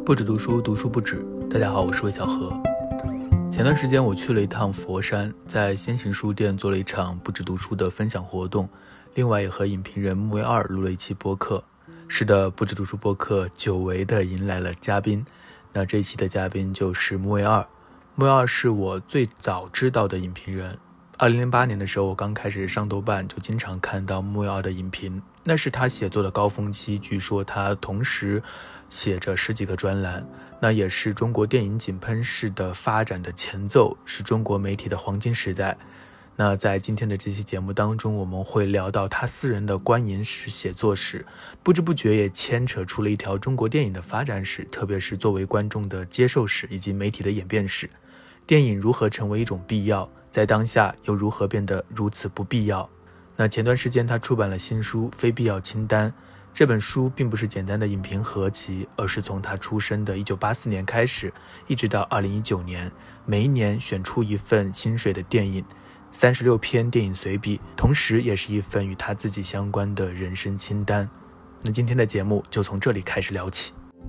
不止读书，读书不止。大家好，我是魏小何。前段时间我去了一趟佛山，在先行书店做了一场不止读书的分享活动，另外也和影评人木卫二录了一期播客。是的，不止读书播客久违的迎来了嘉宾，那这一期的嘉宾就是木卫二。木卫二是我最早知道的影评人。2008年的时候，我刚开始上豆瓣，就经常看到木卫二的影评，那是他写作的高峰期，据说他同时写着10几个专栏，那也是中国电影井喷式的发展的前奏，是中国媒体的黄金时代。那在今天的这期节目当中，我们会聊到他私人的观影史、写作史，不知不觉也牵扯出了一条中国电影的发展史，特别是作为观众的接受史以及媒体的演变史。电影如何成为一种必要，在当下又如何变得如此不必要？那前段时间他出版了新书《非必要清单》，这本书并不是简单的影评合集，而是从他出生的1984年开始，一直到2019年，每一年选出一份心水的电影，36篇电影随笔，同时也是一份与他自己相关的人生清单。那今天的节目就从这里开始聊起。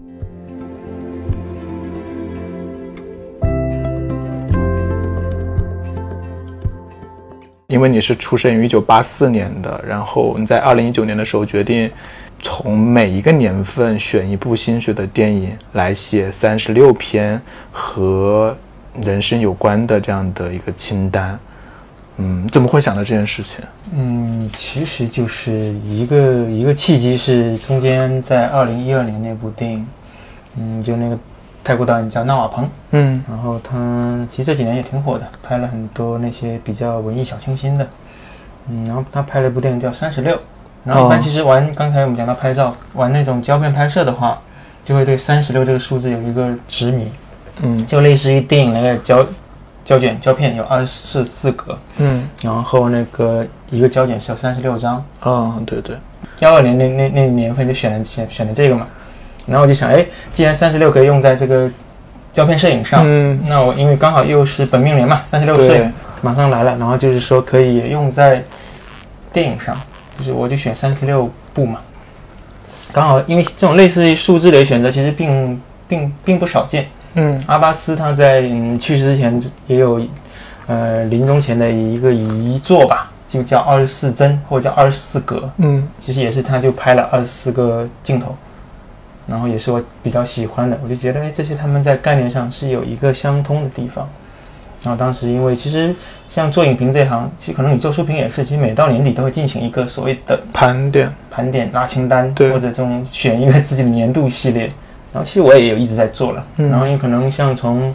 因为你是出生于1984年的，然后你在2019年的时候决定从每一个年份选一部心水的电影来写36篇和人生有关的这样的一个清单。怎么会想到这件事情？ 其实就是一个契机，是中间在2012年那部电影，就那个泰国导演叫纳瓦蓬，然后他其实这几年也挺火的，拍了很多那些比较文艺小清新的，然后他拍了一部电影叫36，然后一般其实刚才我们讲到拍照，玩那种胶片拍摄的话，就会对36这个数字有一个执迷，就类似于电影那个胶片有24格，然后那个一个胶卷是有36张， 对对 ，12年那年份就选了这个嘛。然后我就想，既然36可以用在这个胶片摄影上，那我因为刚好又是本命年嘛，36岁马上来了，然后就是说可以用在电影上，就是我就选36部嘛。刚好因为这种类似于数字的选择其实并不少见。阿巴斯他在去世之前也有临终前的一个遗作吧，就叫24帧或者叫24格，其实也是他就拍了24个镜头。然后也是我比较喜欢的，我就觉得这些他们在概念上是有一个相通的地方。然后当时因为其实像做影评这一行，其实可能你做书评也是，其实每到年底都会进行一个所谓的盘点拉清单，或者这种选一个自己的年度系列。然后其实我也有一直在做了，然后也可能像从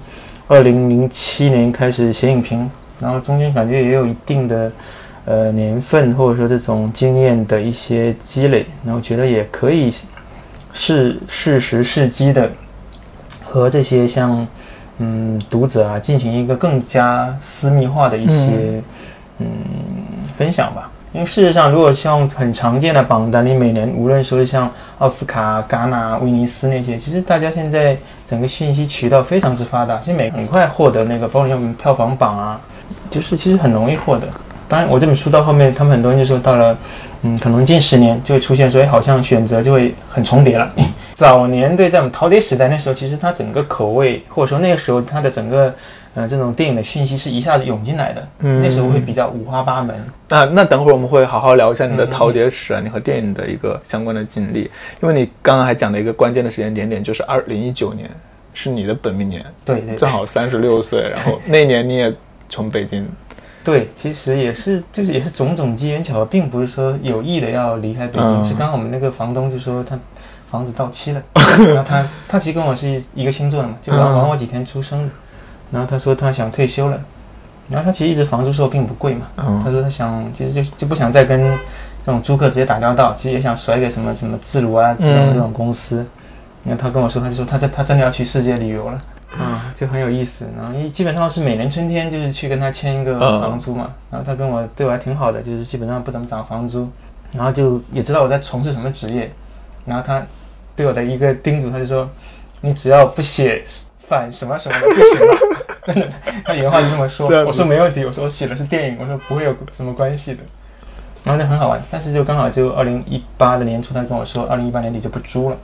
2007年开始写影评，然后中间感觉也有一定的年份或者说这种经验的一些积累，然后觉得也可以是适时适机的和这些像读者啊进行一个更加私密化的一些分享吧。因为事实上如果像很常见的榜单，你每年无论说是像奥斯卡、戛纳、威尼斯那些，其实大家现在整个信息渠道非常之发达，其实很快获得那个包括像票房榜啊，就是其实很容易获得。当然我这本书到后面他们很多人就说到了可能近10年就会出现，所以好像选择就会很重叠了。早年对在我们陶碟时代那时候，其实它整个口味或者说那个时候它的整个这种电影的讯息是一下子涌进来的，那时候会比较五花八门。 那等会儿我们会好好聊一下你的陶碟史啊，你和电影的一个相关的经历，因为你刚刚还讲了一个关键的时间点就是2019年是你的本命年，对，正好36岁，然后那年你也从北京。 对，其实也是种种机缘巧合，并不是说有意的要离开北京，是刚好我们那个房东就说他房子到期了，然后他其实跟我是一个星座的嘛，就晚我几天出生的，然后他说他想退休了，然后他其实一直房租收并不贵嘛，他说他想其实就不想再跟这种租客直接打交道，其实也想甩给什么自如啊这种公司，然后他跟我说，他就说他真的要去世界旅游了。就很有意思。然后基本上是每年春天就是去跟他签一个房租嘛，然后他对我还挺好的，就是基本上不怎么涨房租，然后就也知道我在从事什么职业，然后他对我的一个叮嘱，他就说你只要不写反什么什么的就行了。真的，他原话就这么说。我说没问题，我说我写的是电影，我说不会有什么关系的。然后那很好玩，但是就刚好就2018的年初，他跟我说2018年底就不租了。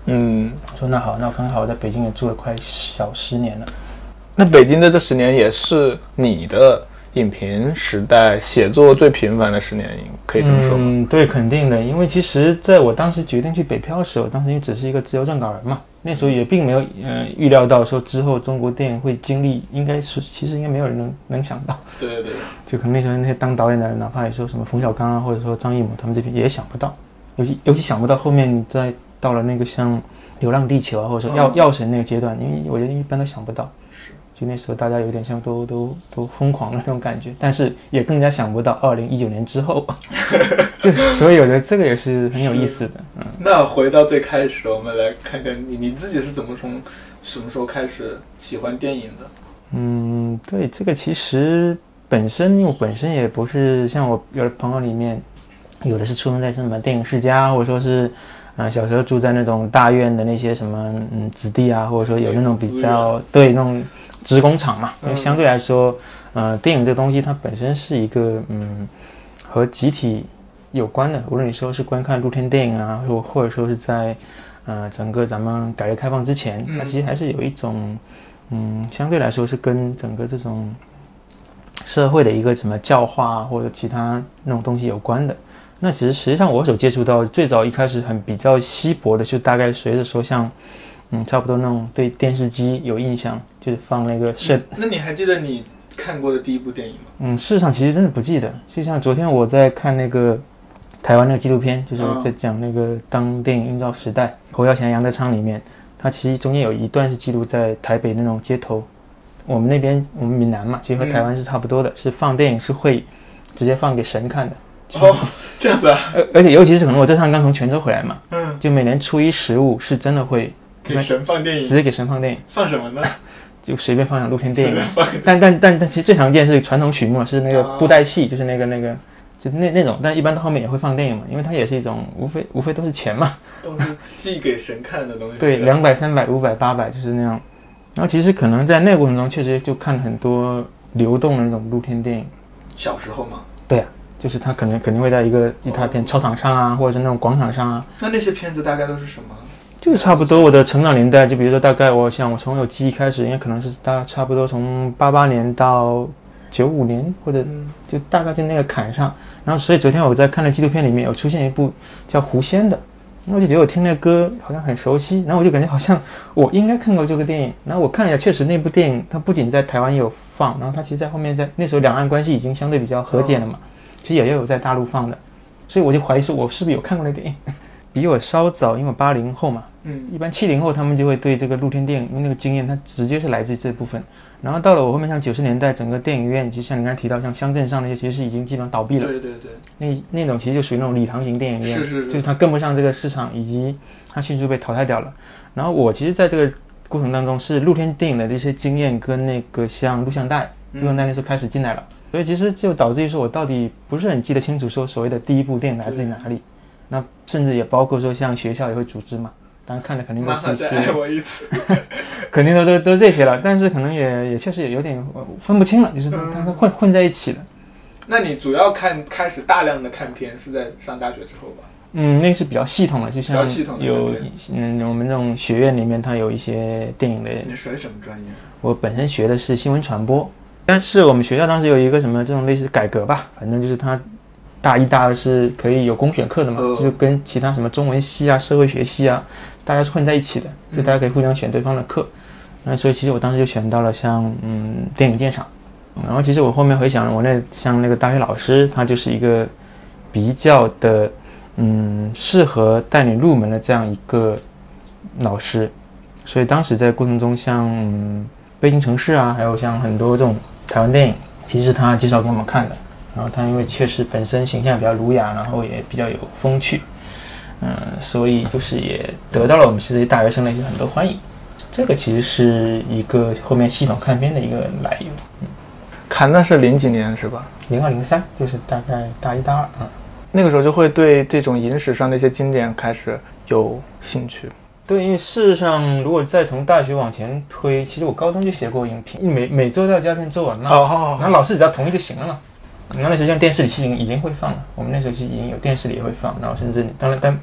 说那好，那我刚好在北京也住了快小10年了。 那北京的这10年也是你的影评时代写作最频繁的10年，可以这么说吗？ 对，肯定的。因为其实在我当时决定去北漂的时候，当时因为只是一个自由撰稿人嘛，那时候也并没有预料到说之后中国电影会经历，其实应该没有人能想到。 对， 就可能那时候那些当导演的人，哪怕你说什么冯小刚啊，或者说张艺谋他们这边也想不到，尤其想不到后面你再到了那个像《流浪地球》啊，或者说药神那个阶段，因为我觉得一般都想不到。 是。 就那时候大家有点像都疯狂的那种感觉，但是也更加想不到2019年之后，就所以我觉得这个也是很有意思的。 那回到最开始，我们来看看你自己是怎么从什么时候开始喜欢电影的？ 对，这个其实因为我本身也不是像我有的朋友里面，有的是出生在什么电影世家，或者说是小时候住在那种大院的那些什么子弟啊，或者说有那种比较对那种职工厂嘛，因为相对来说，电影这个东西它本身是一个和集体有关的，无论你说是观看露天电影啊，或者说是在整个咱们改革开放之前，它其实还是有一种相对来说是跟整个这种社会的一个什么教化或者其他那种东西有关的。那实际上我所接触到最早一开始比较稀薄的，就大概随着说像差不多那种对电视机有印象，就是放那个那你还记得你看过的第一部电影吗？ 事实上其实真的不记得。就像昨天我在看那个台湾那个纪录片，就是在讲那个当电影映照时代，侯耀贤、杨德昌里面，它其实中间有一段是记录在台北那种街头。我们那边我们闽南嘛，其实和台湾是差不多的，是放电影是会直接放给神看的。 这样子啊。 而且尤其是可能我这趟刚从泉州回来嘛，就每年初一15是真的会给神放电影， 直接给神放电影。 放什么呢？ 就随便放上露天电影。但其实最常见是传统曲目，是那个布袋戏，就是那个就那种，但一般到后面也会放电影嘛，因为它也是一种无非都是钱嘛， 都是寄给神看的东西。 对，200、300、500、800就是那样。然后其实可能在那个过程中，确实就看很多流动的那种露天电影。 小时候嘛。对啊。 就是他肯定会在一大片操场上啊，或者是那种广场上啊。 那些片子大概都是什么？ 就是差不多我的成长年代，就比如说大概我从有记忆开始，应该可能是差不多从88年到95年，或者就大概就那个坎上。然后所以昨天我在看的纪录片里面有出现一部叫《狐仙》的，然后我就觉得我听那歌好像很熟悉，然后我就感觉好像我应该看过这个电影。然后我看了一下，确实那部电影它不仅在台湾也有放，然后它其实在后面在那时候两岸关系已经相对比较和解了嘛。其实也有在大陆放的，所以我就怀疑说我是不是有看过那电影。比我稍早，因为我80后嘛，一般70后他们就会对这个露天电影，因为那个经验它直接是来自于这部分。然后到了我后面像90年代，整个电影院其实像你刚才提到像乡镇上那些其实是已经基本上倒闭了。 对。 那种其实就属于那种礼堂型电影院， 是就是它跟不上这个市场，以及它迅速被淘汰掉了。然后我其实在这个过程当中是露天电影的这些经验跟那个像录像带那时候开始进来了。所以其实就导致于说我到底不是很记得清楚说所谓的第一部电影来自于哪里，那甚至也包括说像学校也会组织嘛，当然看的肯定都是再爱我一次肯定都这些了，但是可能也确实也有点分不清了，就是它混在一起的。 那你主要开始大量的看片是在上大学之后吧？ 那是比较系统的，就像有我们这种学院里面它有一些电影的。 你学什么专业？ 我本身学的是新闻传播。但是我们学校当时有一个什么这种类似改革吧，反正就是它大一大二是可以有公选课的嘛，就跟其他什么中文系啊、社会学系啊，大家是混在一起的，就大家可以互相选对方的课。那所以其实我当时就选到了像电影鉴赏。然后其实我后面回想，我像那个大学老师，他就是一个比较的适合带你入门的这样一个老师。所以当时在过程中像悲情城市啊，还有像很多这种台湾电影，其实是他介绍给我们看的。然后他因为确实本身形象比较儒雅，然后也比较有风趣，所以就是也得到了我们这些大学生的一些很多欢迎。这个其实是一个后面系统看片的一个来由。 看那是零几年是吧 ？02、03，就是大概大一大二。 那个时候就会对这种影史上的一些经典开始有兴趣。 对，因为事实上，如果再从大学往前推，其实我高中就写过影评，每周都要交篇作文嘛。然后老师只要同意就行了嘛。那时候像电视里已经会放了，我们那时候其实已经有电视里也会放，然后甚至当然但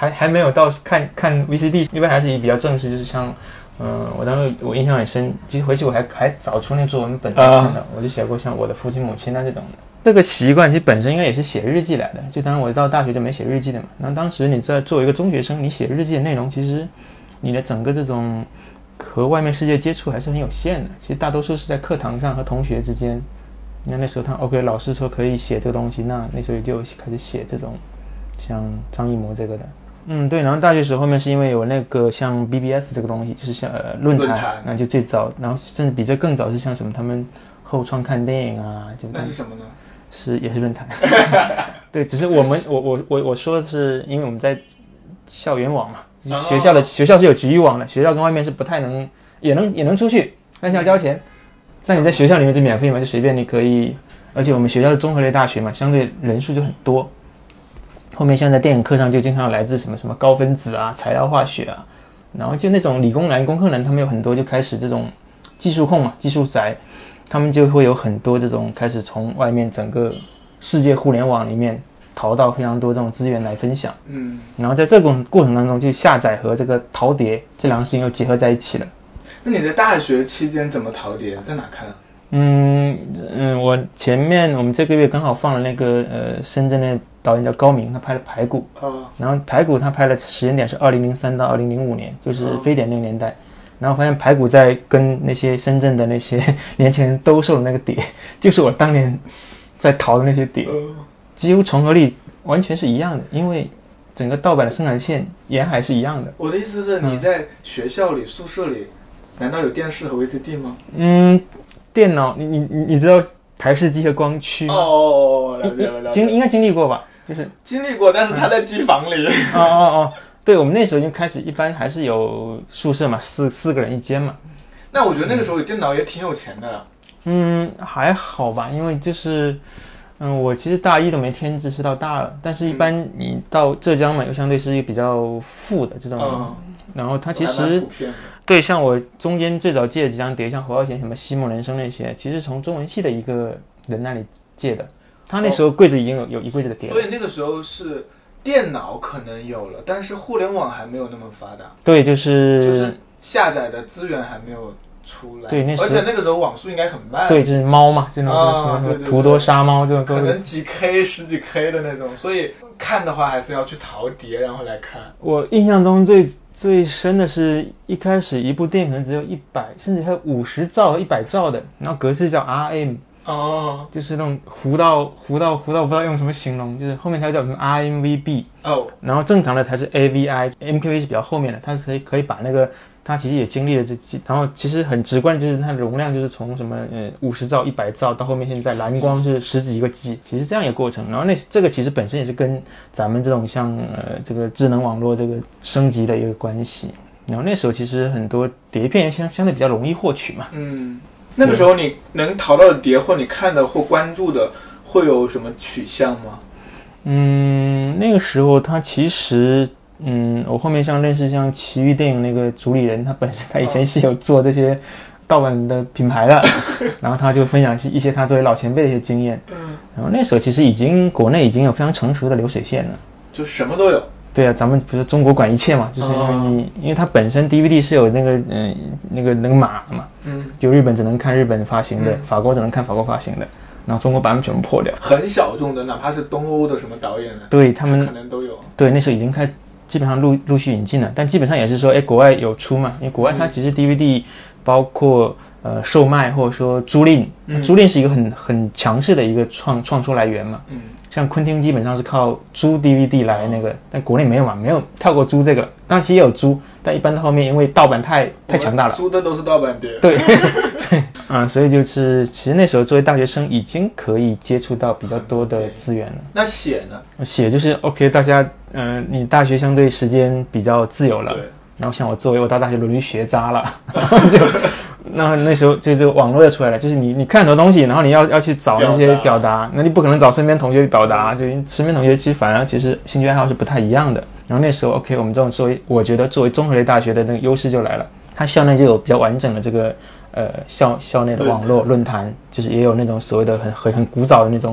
还没有到看 VCD， 一般还是以比较正式，就是像我当时我印象很深，其实回去我还找出那作文本来看的，我就写过像我的父亲母亲啊这种的。这个习惯其实本身应该也是写日记来的，就当然我到大学就没写日记的嘛。那当时你在作为一个中学生，你写日记的内容，其实你的整个这种和外面世界接触还是很有限的。其实大多数是在课堂上和同学之间。那时候OK， 老师说可以写这个东西，那时候就开始写这种像张艺谋这个的。对，然后大学时候后面是因为有那个像 BBS 这个东西，就是像论坛，那就最早，然后甚至比这更早是像什么他们后窗看电影啊，就那是什么呢？ 也是论坛。对，只是我说的是，因为我们在校园网嘛，学校是有局域网的，学校跟外面是不太能，也能出去，但是要交钱。但你在学校里面就免费嘛，就随便你可以，而且我们学校是综合类大学嘛，相对人数就很多。后面像在电影课上就经常来自什么高分子啊、材料化学啊，然后就那种理工男、工科男，他们有很多就开始这种技术控嘛、技术宅，他们就会有很多这种开始从外面整个世界互联网里面淘到非常多这种资源来分享。然后在这个过程当中，就下载和这个淘碟这两个事情又结合在一起了。 那你在大学期间怎么淘碟？在哪看啊？ 我前面我们这个月刚好放了那个深圳的导演叫高明，他拍了《排骨》然后《排骨》他拍的时间点是2003到2005年，就是非典那个年代。然后发现《排骨》在跟那些深圳的那些年轻人兜售的那个碟，就是我当年在淘的那些碟，几乎重合力完全是一样的，因为整个盗版的生产线沿海是一样的。 我的意思是，你在学校里、宿舍里，难道有电视和 VCD 吗？ 电脑，你知道台式机和光驱吗？ 了解。 应该经历过吧？就是经历过，但是他在机房里。 对，我们那时候就开始，一般还是有宿舍嘛，四个人一间嘛。 那我觉得那个时候有电脑也挺有钱的。 还好吧，因为就是，我其实大一都没添置，是到大二，但是一般你到浙江嘛，又相对是一个比较富的这种，然后它其实对，像我中间最早借的几张碟，像侯耀贤什么《西梦人生》那些，其实从中文系的一个人那里借的，他那时候柜子已经有一柜子的碟了。 所以那个时候是电脑可能有了，但是互联网还没有那么发达。 对，就是下载的资源还没有出来。 对， 而且那个时候网速应该很慢。 对，就是猫嘛，这种什么图多杀猫这种， 可能几 K 十几 K 的那种，所以看的话还是要去淘碟然后来看。 我印象中最深的是一开始一部电影可能只有100甚至还有50兆和100兆的，然后格式叫 RM， 就是那种糊到不知道用什么形容，就是后面它叫什么 RMVB， 然后正常的才是 AVI，MQA 是比较后面的，它是可以把那个，它其实也经历了然后其实很直观就是它的容量就是从什么50兆100兆到后面现在蓝光是10几个 G， 其实这样一个过程。然后这个其实本身也是跟咱们这种像这个智能网络这个升级的一个关系。然后那时候其实很多碟片相对比较容易获取嘛。 那个时候你能淘到的碟或你看的或关注的会有什么取向吗？ 那个时候它其实我后面认识像奇遇电影那个主理人，他本身他以前是有做这些盗版的品牌的，然后他就分享一些他作为老前辈的一些经验。然后那时候其实国内已经有非常成熟的流水线了， 就什么都有。 对啊，咱们不是中国管一切嘛，就是因为它本身 DVD 是有那个码嘛，就日本只能看日本发行的，法国只能看法国发行的，然后中国版本全部破掉。 很小众的，哪怕是东欧的什么导演的， 对他们可能都有。 对，那时候已经基本上陆续引进了，但基本上也是说，国外有出嘛，因为国外它其实 DVD 包括售卖或者说租赁，租赁是一个很强势的一个创作来源嘛。像昆汀基本上是靠租 DVD 来那个，但国内没有嘛，没有跳过租这个。当然其实也有租，但一般到后面因为盗版太强大了， 租的都是盗版碟。 对，所以就是其实那时候作为大学生已经可以接触到比较多的资源了。 那写呢？ 写就是 OK， 大家你大学相对时间比较自由了，然后像我到大学伦理学渣了，那时候就网络就出来了，就是你看很多东西，然后你要去找那些表达，那你不可能找身边同学表达，就身边同学其实兴趣爱好是不太一样的。然后那时候 OK， 我们这种我觉得作为综合类大学的那个优势就来了，它校内就有比较完整的这个校内的网络论坛，就是也有那种所谓的很古早的那种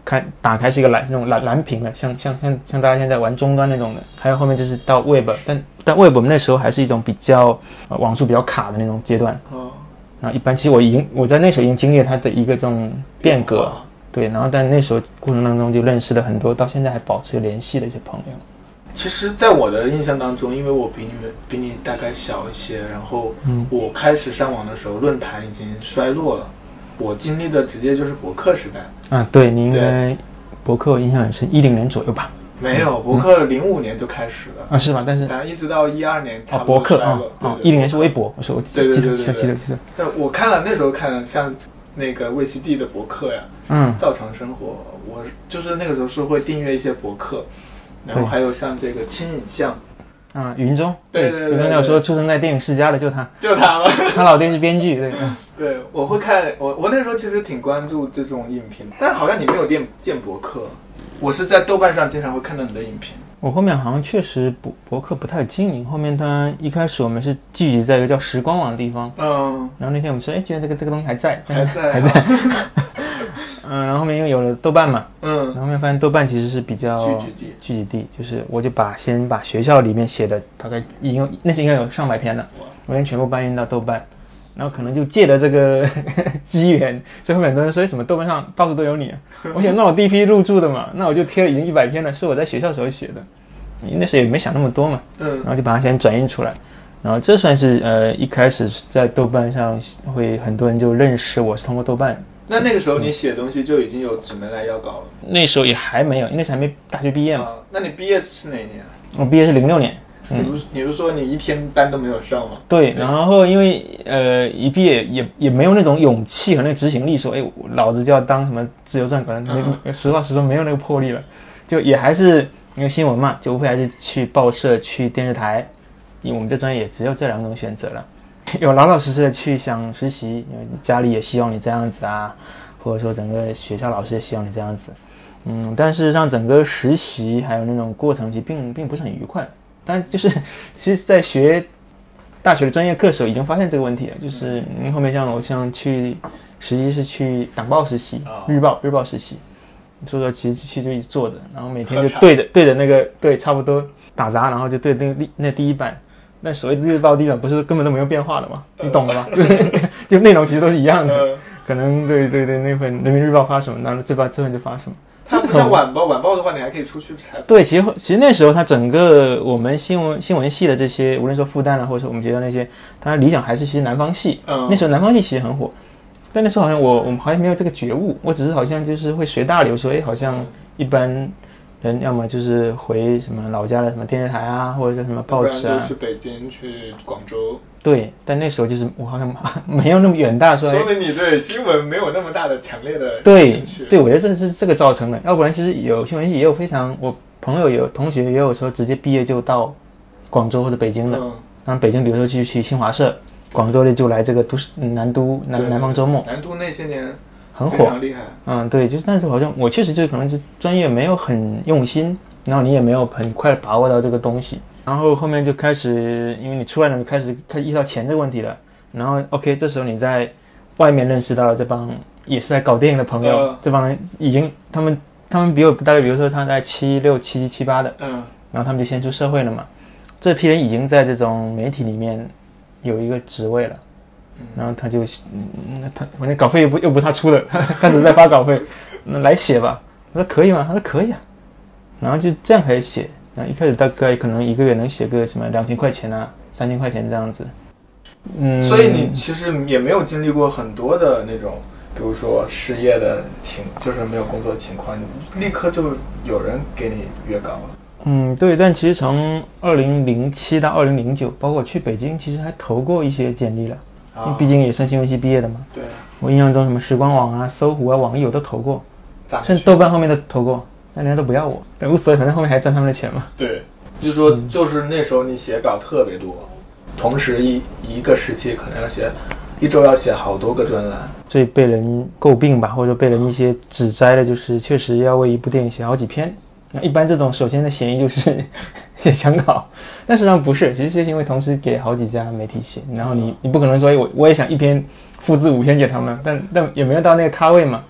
打开是一个那种蓝屏的，像大家现在玩终端那种的，还有后面就是到 Web， 但 Web 那时候还是一种比较网速比较卡的那种阶段。然后一般其实我在那时候已经经历了它的一个这种变革，对，然后但那时候过程当中就认识了很多到现在还保持联系的一些朋友。 其实在我的印象当中，因为我比你大概小一些，然后我开始上网的时候论坛已经衰落了，我经历的直接就是博客时代。 对，你应该博客我印象很深，10年左右吧。 没有，博客05年就开始了是吧？但是一直到12年差不多博客 10年是微博，我说我记得。 但我那时候看了像那个魏西地的博客呀，照常生活，我就是那个时候是会订阅一些博客，然后还有像这个轻影像云中， 对， 就刚才我说出生在电影世家的就他吗？ 他老爹是编剧，对。 对，我会看，我那时候其实挺关注这种影评，但好像你没有建博客。我是在豆瓣上经常会看到你的影评。 我后面好像确实博客不太经营，后面他一开始我们是聚集在一个叫时光网的地方，然后那天我们说，居然这个东西还在。然后后面因为有了豆瓣嘛，然后后面发现豆瓣其实是比较聚集地，就是我就先把学校里面写的大概那是应该有上百篇了，我先全部搬运到豆瓣。然后可能就借着这个机缘，所以很多人说什么豆瓣上到处都有你。我想那我第一批入驻的嘛，那我就贴了已经100篇了，是我在学校时候写的，那时候也没想那么多嘛，然后就把它先转印出来，然后这算是一开始在豆瓣上会很多人就认识我是通过豆瓣。 那个时候你写东西就已经有纸媒来邀稿了？ 那时候也还没有，因为那时候还没大学毕业嘛。 那你毕业是哪一年？ 我毕业是06年。 你不是说你一天班都没有上吗？ 对，然后因为一毕业也没有那种勇气和那个执行力说，老子就要当什么自由撰稿人，实话实说没有那个魄力了，就也还是因为新闻嘛，就无非还是去报社、去电视台，因为我们这专业也只有这2种选择了。有老老实实的去想实习，因为家里也希望你这样子啊，或者说整个学校老师也希望你这样子，但事实上整个实习还有那种过程其实并不是很愉快。但就是其实在学大学的专业课的时候已经发现这个问题了，就是后面像去实习是去党报实习，日报实习，所以说其实去就一直坐着，然后每天就对着那个差不多打杂，然后就对那第一版，那所谓日报第一版不是根本都没有变化的嘛，你懂了吧？就内容其实都是一样的，可能对那份人民日报发什么，然后这份就发什么。 它不像晚报的话，你还可以出去采访。 对，其实那时候它整个我们新闻系的这些，无论说复旦或者说我们学校那些，它理想还是其实南方系。那时候南方系其实很火，但那时候好像我们好像没有这个觉悟，我只是好像就是会随大流说，好像一般人要么就是回什么老家的什么电视台啊，或者是什么报纸啊， 就去北京、去广州。 对，但那时候就是我好像没有那么远大说明你对新闻没有那么大的强烈的兴趣。对，我觉得这是这个造成的，要不然其实有新闻系也有我朋友同学也有说直接毕业就到广州或者北京的，然后北京比如说去新华社，广州的就来这个南方周末。 南都那些年很火， 非常厉害。 对，就是但是好像我确实就可能是专业没有很用心，然后你也没有很快把握到这个东西。然后后面就开始，因为你出来了，你开始意识到钱这个问题了。然后 OK， 这时候你在外面认识到了这帮也是在搞电影的朋友，这帮人已经他们比我大概，比如说他在76、77、78的，然后他们就先出社会了嘛。这批人已经在这种媒体里面有一个职位了，然后他就反正稿费又不是他出的，他只是在发稿费，那来写吧。我说可以吗？他说可以啊，然后就这样开始写。一开始大概可能1个月能写个什么2000块钱啊，3000块钱这样子。 所以你其实也没有经历过很多的那种，比如说失业的就是没有工作的情况，立刻就有人给你约稿了。 对，但其实从2007到2009，包括我去北京，其实还投过一些简历了，因为毕竟也算新闻系毕业的嘛。 对。 我印象中什么时光网啊、搜狐啊、网易我都投过，甚至豆瓣后面都投过。但人家都不要我，但无所谓，反正后面还赚他们的钱嘛。 对，就是说，就是那时候你写稿特别多，同时一个时期可能要写1周要写好多个专栏。 最被人诟病吧，或者被人一些指摘的，就是确实要为一部电影写好几篇。那一般这种首先的嫌疑就是写讲稿，但实际上不是，其实是因为同时给好几家媒体写，然后你不可能说我也想一篇复制5篇给他们，但也没有到那个咖位嘛。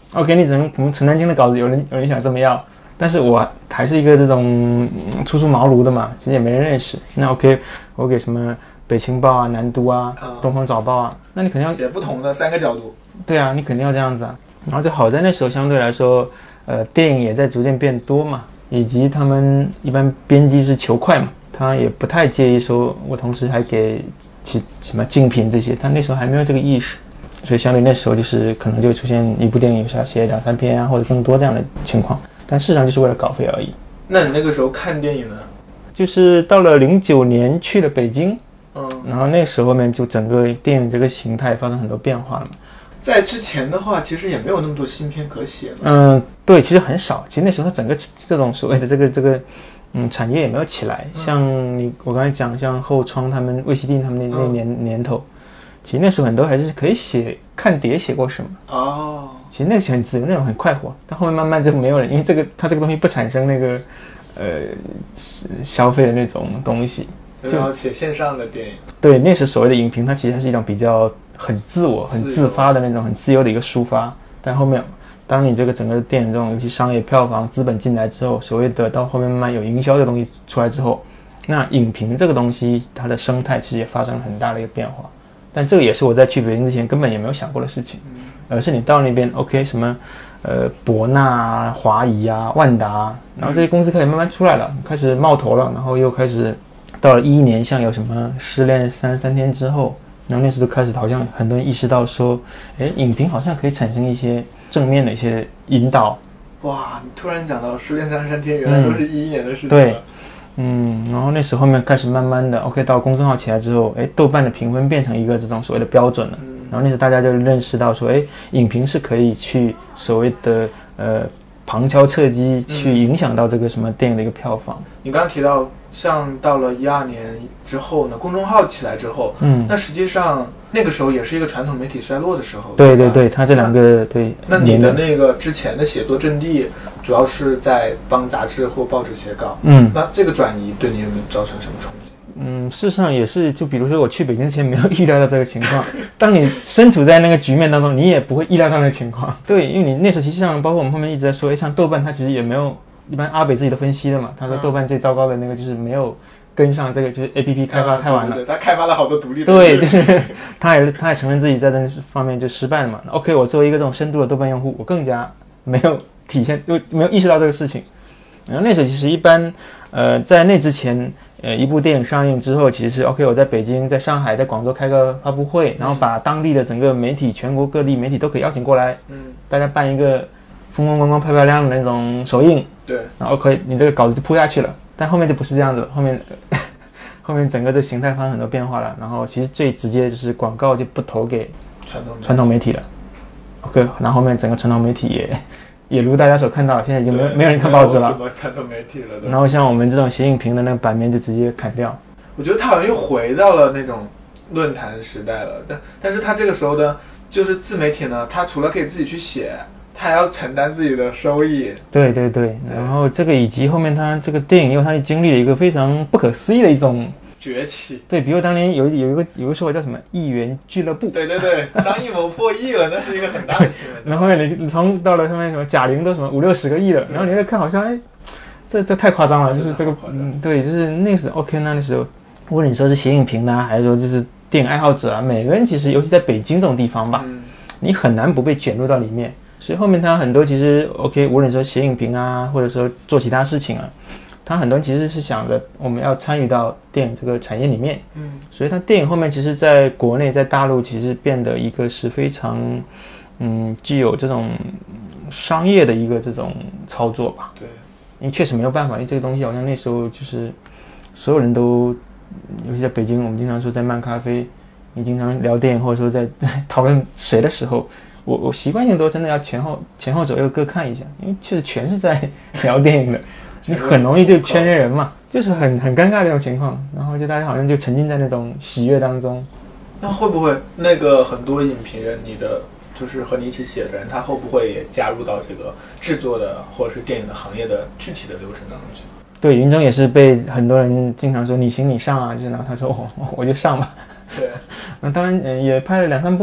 OK， 你只能我们陈丹青的稿子有人想这么要，但是我还是一个这种初出茅庐的嘛，其实也没人认识。那 OK， 我给什么北青报啊、南都啊、东方早报啊，那你肯定要写不同的3个角度。 对啊，你肯定要这样子啊。然后就好在那时候相对来说，电影也在逐渐变多嘛，以及他们一般编辑是求快嘛，他也不太介意说我同时还给什么竞品这些，他那时候还没有这个意识，所以相对那时候就是可能就会出现一部电影有时候写2-3篇啊，或者更多这样的情况，但事实上就是为了稿费而已。 那你那个时候看电影呢？ 就是到了09年去了北京，然后那时候面就整个电影这个形态发生很多变化了嘛。 在之前的话，其实也没有那么多新片可写。 对，其实很少。其实那时候整个这种所谓的这个产业也没有起来。像我刚才讲，像后窗他们、魏希定他们那年头，其实那时候很多还是可以写看碟写过什么。哦。其实那个很自由，那种很快活。但后面慢慢就没有人，因为它这个东西不产生那个消费的那种东西。 就要写线上的电影。 对，那时所谓的影评，它其实是一种比较很自我、很自发的那种很自由的一个抒发。但后面，当你这个整个电影这种尤其商业票房资本进来之后，所谓的到后面慢慢有营销的东西出来之后，那影评这个东西它的生态其实也发生了很大的一个变化。但这个也是我在去北京之前根本也没有想过的事情，而是你到那边 OK 什么博纳啊、华谊啊、万达，然后这些公司开始慢慢出来了，开始冒头了，然后又开始。到了2011年，像有什么失恋33天之后，然后那时候就开始好像很多人意识到说，影评好像可以产生一些正面的一些引导。 哇，你突然讲到失恋33天，原来都是2011年的事情了。 对，然后那时候后面开始慢慢的 OK 到公众号起来之后，豆瓣的评分变成一个这种所谓的标准了。然后那时候大家就认识到说，影评是可以去所谓的旁敲侧击去影响到这个什么电影的一个票房。 你刚刚提到像到了12年之后呢，公众号起来之后，那实际上那个时候也是一个传统媒体衰落的时候。 对对对，它这两个对。 那你的那个之前的写作阵地，主要是在帮杂志或报纸写稿。那这个转移对你有没有造成什么冲击？ 事实上也是，就比如说我去北京之前没有预料到这个情况，当你身处在那个局面当中，你也不会意料到那个情况。对，因为你那时候其实上包括我们后面一直在说，像豆瓣它其实也没有。一般阿北自己都分析了嘛，他说豆瓣最糟糕的那个就是没有跟上这个，就是 APP 开发太晚了。 对，他开发了好多独立的。 对，就是他也承认自己在这方面就失败了嘛。OK， 我作为一个这种深度的豆瓣用户，我更加没有体现，又没有意识到这个事情。然后那时候其实一般，在那之前，一部电影上映之后，其实是 OK， 我在北京、在上海、在广州开个发布会，然后把当地的整个媒体、全国各地媒体都可以邀请过来，大家办一个风风光光、漂漂亮亮的那种首映。 对， 然后 OK， 你这个稿子就铺下去了，但后面就不是这样子了，后面整个这形态发生很多变化了，然后其实最直接就是广告就不投给传统媒体了 ，OK， 然后后面整个传统媒体也如大家所看到，现在已经没有人看报纸了， 什么传统媒体了。 然后像我们这种写影评的那个版面就直接砍掉。 我觉得他好像又回到了那种论坛时代了，但是他这个时候呢，就是自媒体呢，他除了可以自己去写。他还要承担自己的收益。 对对对，然后这个以及后面他这个电影因为他经历了一个非常不可思议的一种崛起。 对，比如当年有一个说法叫什么亿元俱乐部。 对对对，张艺谋破亿了，那是一个很大的新闻。 然后后面你从到了上面什么贾玲都什么50-60个亿了，然后你会看好像这太夸张了，就是这个对，就是那个时候 OK， 那时候无论你说是写影评呢，还是说就是电影爱好者啊，每个人其实尤其在北京这种地方吧，你很难不被卷入到里面。所以后面他很多其实 OK， 无论说写影评啊，或者说做其他事情啊，他很多人其实是想着我们要参与到电影这个产业里面。所以他电影后面其实在国内在大陆其实变得一个是非常具有这种商业的一个这种操作吧。 对， 因为确实没有办法，因为这个东西好像那时候就是所有人都，尤其在北京，我们经常说在漫咖啡，你经常聊电影或者说在讨论谁的时候。我习惯性都真的要前后左右各看一下，因为确实全是在聊电影的，你很容易就圈人嘛，就是很尴尬的一种情况，然后就大家好像就沉浸在那种喜悦当中。 那会不会那个很多影评人，你的就是和你一起写的人，他会不会也加入到这个制作的或者是电影的行业的具体的流程当中去？ 对，云中也是被很多人经常说你行你上啊，就是然后他说我就上吧。 对， 那当然也拍了2-3部了。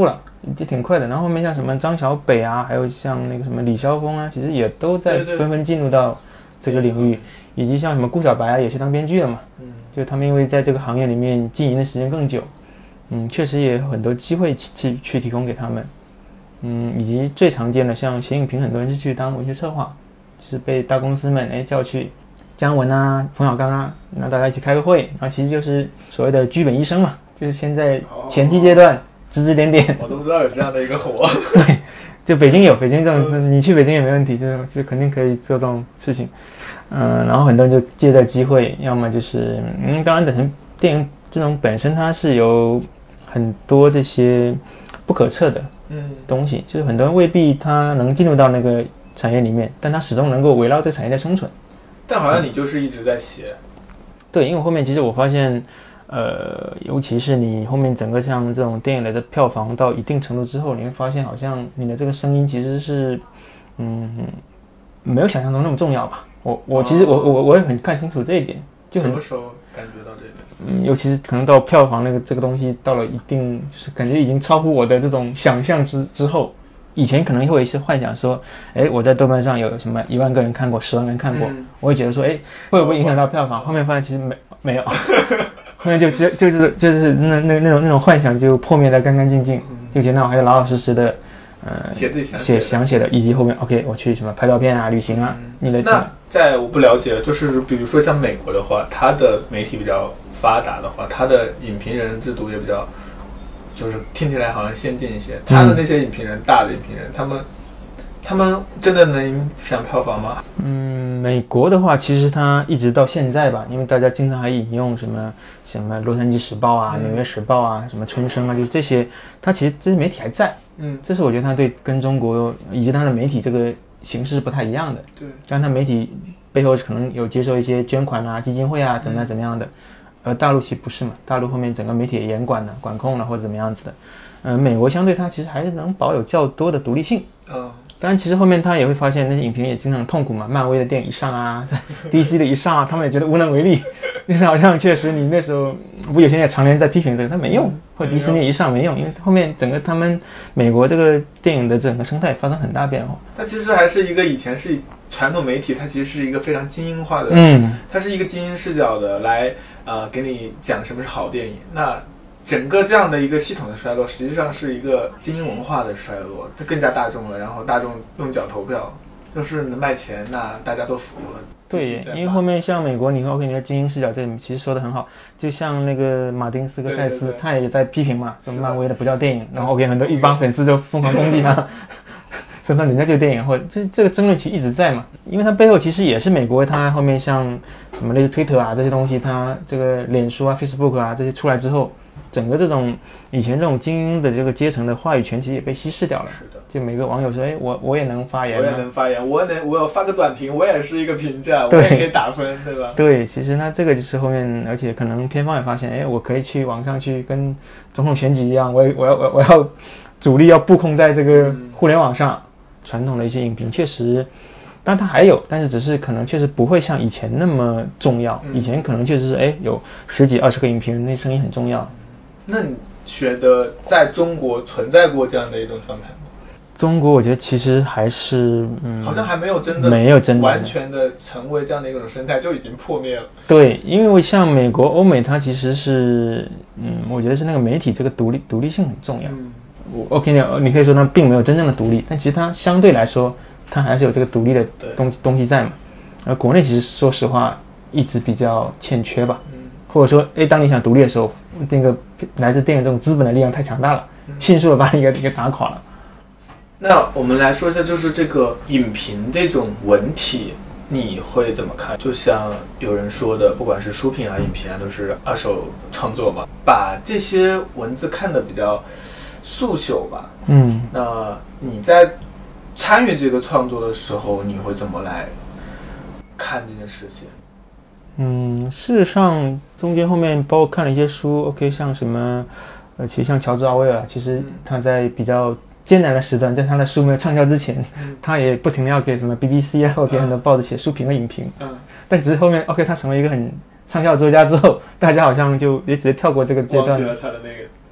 也挺快的。然后后面像什么张小北啊，还有像那个什么李霄峰啊，其实也都在纷纷进入到这个领域，以及像什么顾小白啊，也是当编剧的嘛，就他们因为在这个行业里面经营的时间更久，确实也有很多机会去提供给他们，以及最常见的像写影评，很多人是去当文学策划，就是被大公司们叫去。姜文啊，冯小刚啊，那大家一起开个会，然后其实就是所谓的剧本医生嘛，就是先在前期阶段指指点点。 我都不知道有这样的一个活。 对，就北京有，北京这种，你去北京也没问题，就肯定可以做这种事情。然后很多人就借这机会，要么就是，当然，本身电影这种本身它是有很多这些不可测的东西，就是很多人未必他能进入到那个产业里面，但他始终能够围绕这个产业在生存。 但好像你就是一直在写。 对，因为后面其实我发现，尤其是你后面整个像这种电影的票房到一定程度之后，你会发现好像你的这个声音其实是，没有想象中那么重要吧。其实我也很看清楚这一点。就什么时候感觉到这个？ 尤其是可能到票房这个东西到了一定，就是感觉已经超乎我的这种想象之后。以前可能会有一些幻想说，我在豆瓣上有什么1万个人看过，10万个人看过，我会觉得说，会不会影响到票房？后面发现其实没有，后面就是那种幻想就破灭得干干净净，就觉得我还是老老实实的， 写自己想写的，以及后面 OK 我去什么拍照片啊、旅行啊， 那在我不了解，就是比如说像美国的话，它的媒体比较发达的话，它的影评人制度也比较。就是听起来好像先进一些，他的那些影评人，大的影评人，他们真的能影响票房吗？ 美国的话，其实它一直到现在吧，因为大家经常还引用什么洛杉矶时报啊、纽约时报啊、什么春生啊，就这些，它其实这些媒体还在。这是我觉得它对跟中国以及它的媒体这个形式是不太一样的。 对， 但它媒体背后可能有接受一些捐款啊、基金会啊，怎么样的。而大陆其实不是嘛，大陆后面整个媒体也严管了、管控了或者怎么样子的。美国相对它其实还是能保有较多的独立性。当然其实后面他也会发现那些影评也经常痛苦嘛，漫威的电影一上啊，DC 的一上啊，他们也觉得无能为力，就是好像确实你那时候不有些人也常年在批评这个，但没用，或者迪士尼一上没用，因为后面整个他们美国这个电影的整个生态发生很大变化。 它其实还是一个以前是传统媒体，它其实是一个非常精英化的，它是一个精英视角的来给你讲什么是好电影。那整个这样的一个系统的衰落，实际上是一个精英文化的衰落，它更加大众了，然后大众用脚投票，就是能卖钱，那大家都服了。 对，因为后面像美国，你说 OK， 你的精英视角这里其实说的很好，就像那个马丁斯科塞斯，他也在批评嘛，说漫威的不叫电影，然后 OK 很多一帮粉丝就疯狂攻击他。说那人家这个电影，或者这个争论其实一直在嘛，因为它背后其实也是美国，它后面像什么类似推特啊这些东西，它这个脸书啊、Facebook 啊这些出来之后，整个这种以前这种精英的这个阶层的话语权其实也被稀释掉了。是的，就每个网友说，我也能发言， 我也能发言，我有发个短评，我也是一个评价，我也可以打分，对吧？ 对，其实呢，这个就是后面，而且可能片方也发现，我可以去网上去跟总统选举一样，我要主力要布控在这个互联网上。传统的一些影评确实，当然它还有，但是只是可能确实不会像以前那么重要。以前可能确实是有10几20个影评人，那声音很重要。 那你觉得在中国存在过这样的一种状态吗？ 中国我觉得其实还是好像还没有真的完全的成为这样的一种生态，就已经破灭了。 对，因为像美国、欧美，它其实是我觉得是那个媒体这个独立性很重要。OK， 你可以说它并没有真正的独立，但其实它相对来说，它还是有这个独立的东西在嘛。而国内其实说实话一直比较欠缺吧，或者说，当你想独立的时候，那个来自电影这种资本的力量太强大了，迅速的把你给打垮了。 那我们来说一下，就是这个影评这种文体，你会怎么看？就像有人说的，不管是书评啊、影评啊，都是二手创作嘛，把这些文字看得比较速朽吧。那你在参与这个创作的时候，你会怎么来看这件事情？ 事实上中间后面包括看了一些书 ，OK， 像什么其实像乔治奥威尔，其实他在比较艰难的时段，在他的书没有畅销之前，他也不停的要给什么 BBC 啊，或给很多报纸写书评和影评。但只是后面 OK， 他成为一个很畅销的作家之后，大家好像就也直接跳过这个阶段， 忘记了他的那个。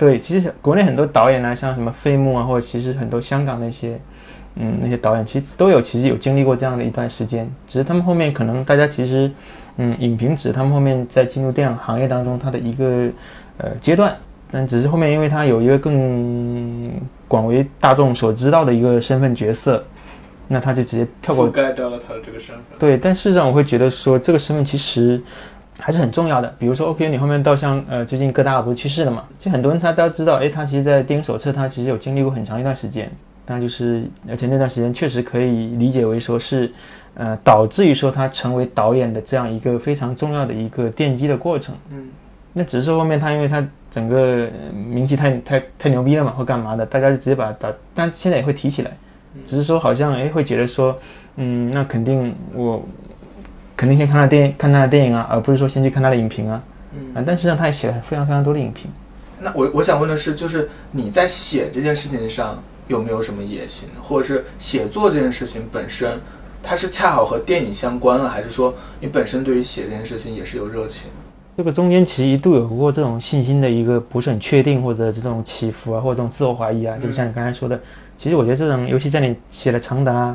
对，其实国内很多导演啊，像什么费穆啊，或者其实很多香港那些导演，其实有经历过这样的一段时间，只是他们后面可能大家其实影评只是他们后面在进入电影行业当中他的一个阶段，但只是后面因为他有一个更广为大众所知道的一个身份角色，那他就直接跳过， 覆盖掉了他的这个身份。 对，但事实上我会觉得说这个身份其实还是很重要的。比如说 OK 你后面到像最近戈达尔不是去世了嘛，其实很多人他都知道，他其实在电影手册他其实有经历过很长一段时间，那就是而且那段时间确实可以理解为说是导致于说他成为导演的这样一个非常重要的一个奠基的过程。那只是说后面他因为他整个名气太牛逼了嘛，或干嘛的，大家就直接把他但现在也会提起来，只是说好像会觉得说那肯定先看他的电影啊，而不是说先去看他的影评啊。但实际上他也写了非常非常多的影评。 那我想问的是，就是你在写这件事情上有没有什么野心，或者是写作这件事情本身它是恰好和电影相关了，还是说你本身对于写这件事情也是有热情？ 这个中间其实一度有过这种信心的一个不是很确定，或者这种起伏啊，或者这种自我怀疑啊，就像你刚才说的，其实我觉得这种尤其在你写了长达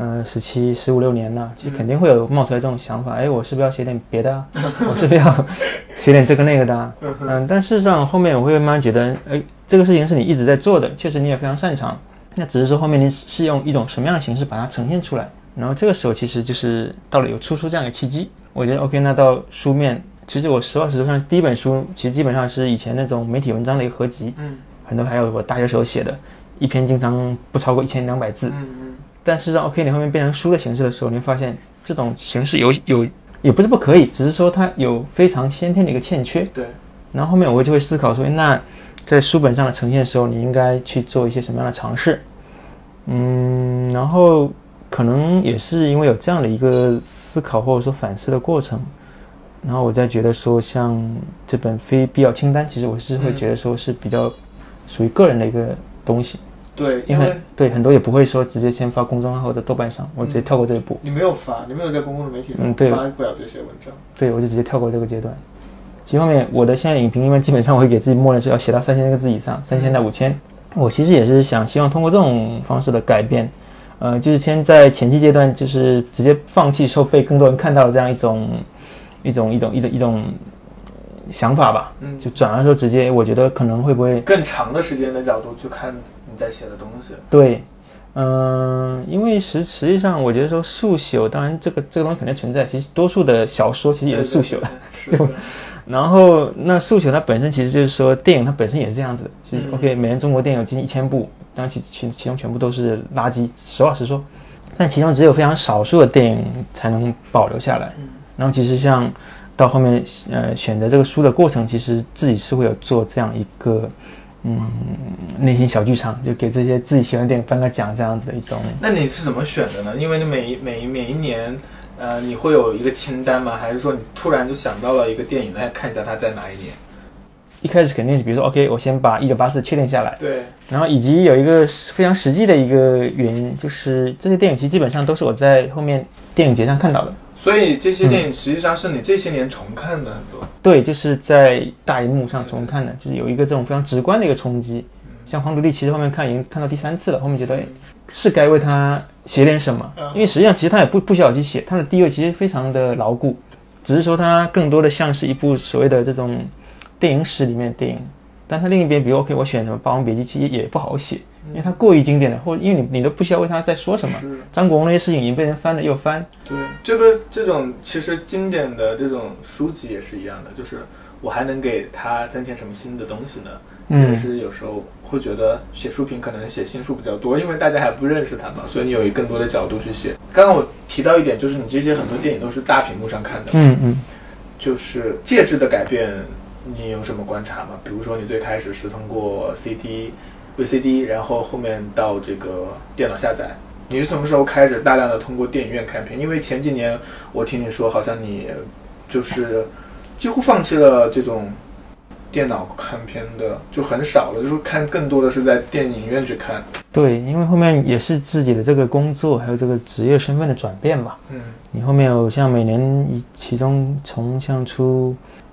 17、15、16年了，其实肯定会有冒出来这种想法，我是不是要写点别的啊？我是不是要写点这个那个的啊？但事实上后面我会慢慢觉得这个事情是你一直在做的，确实你也非常擅长，那只是说后面你是用一种什么样的形式把它呈现出来，然后这个时候其实就是到了有出书这样一个契机。我觉得 OK， 那到书面，其实我实话实说，像第一本书其实基本上是以前那种媒体文章的一个合集，很多还有我大学时候写的一篇经常不超过1200字，但是让 OK 你后面变成书的形式的时候，你会发现这种形式有也不是不可以，只是说它有非常先天的一个欠缺。 对。 然后后面我就会思考说，那在书本上的呈现的时候，你应该去做一些什么样的尝试？然后可能也是因为有这样的一个思考或者说反思的过程，然后我再觉得说，像这本非必要清单，其实我是会觉得说是比较属于个人的一个东西。 对， 因为对很多也不会说直接先发公众号或者豆瓣上，我直接跳过这一步。 你没有在公共的媒体上发不了这些文章。 对，我就直接跳过这个阶段。其实后面我的现在影评，因为基本上我会给自己默认是要写到3000个字以上，3000到5000。我其实也是希望通过这种方式的改变，就是先在前期阶段，就是直接放弃受被更多人看到的这样一种想法吧，就转而说直接，我觉得可能会不会更长的时间的角度去看你在写的东西。 对，因为实际上我觉得说速朽，当然这个东西肯定存在，其实多数的小说其实也是速朽的，对吧？然后那速朽它本身其实就是说电影它本身也是这样子的，其实 OK 每年中国电影有近1000部，当然其中全部都是垃圾，实话实说，但其中只有非常少数的电影才能保留下来。然后其实像到后面选择这个书的过程，其实自己是会有做这样一个内心小剧场，就给这些自己喜欢的电影颁个奖这样子的一种。 那你是怎么选的呢？因为你每一年你会有一个清单吗？还是说你突然就想到了一个电影，来看一下它在哪一年？ 一开始肯定是比如说 OK 我先把1984确定下来， 对， 然后以及有一个非常实际的一个原因，就是这些电影其实基本上都是我在后面电影节上看到的， 所以这些电影实际上是你这些年重看的很多。 对，就是在大荧幕上重看的，就是有一个这种非常直观的一个冲击。像黄土地其实后面已经看到第3次了，后面觉得是该为他写点什么，因为实际上其实他也不需要去写，他的地位其实非常的牢固，只是说他更多的像是一部所谓的这种电影史里面的电影。但他另一边比如 OK 我选什么霸王别姬其实也不好写，因为它过于经典了，或者因为你都不需要为他在说什么，张国荣那些事情已经被人翻了又翻。 对，这种其实经典的这种书籍也是一样的，就是我还能给他增添什么新的东西呢？其实有时候会觉得写书评可能写新书比较多，因为大家还不认识它嘛，所以你有更多的角度去写。刚刚我提到一点，就是你这些很多电影都是大屏幕上看的，就是介质的改变，你有什么观察吗？比如说你最开始是通过 VCD， 然后后面到这个电脑下载，你是什么时候开始大量的通过电影院看片？因为前几年我听你说，好像你就是几乎放弃了这种电脑看片的，就很少了，就是看更多的是在电影院去看。 对，因为后面也是自己的这个工作还有这个职业身份的转变吧。你后面有像每年其中从像出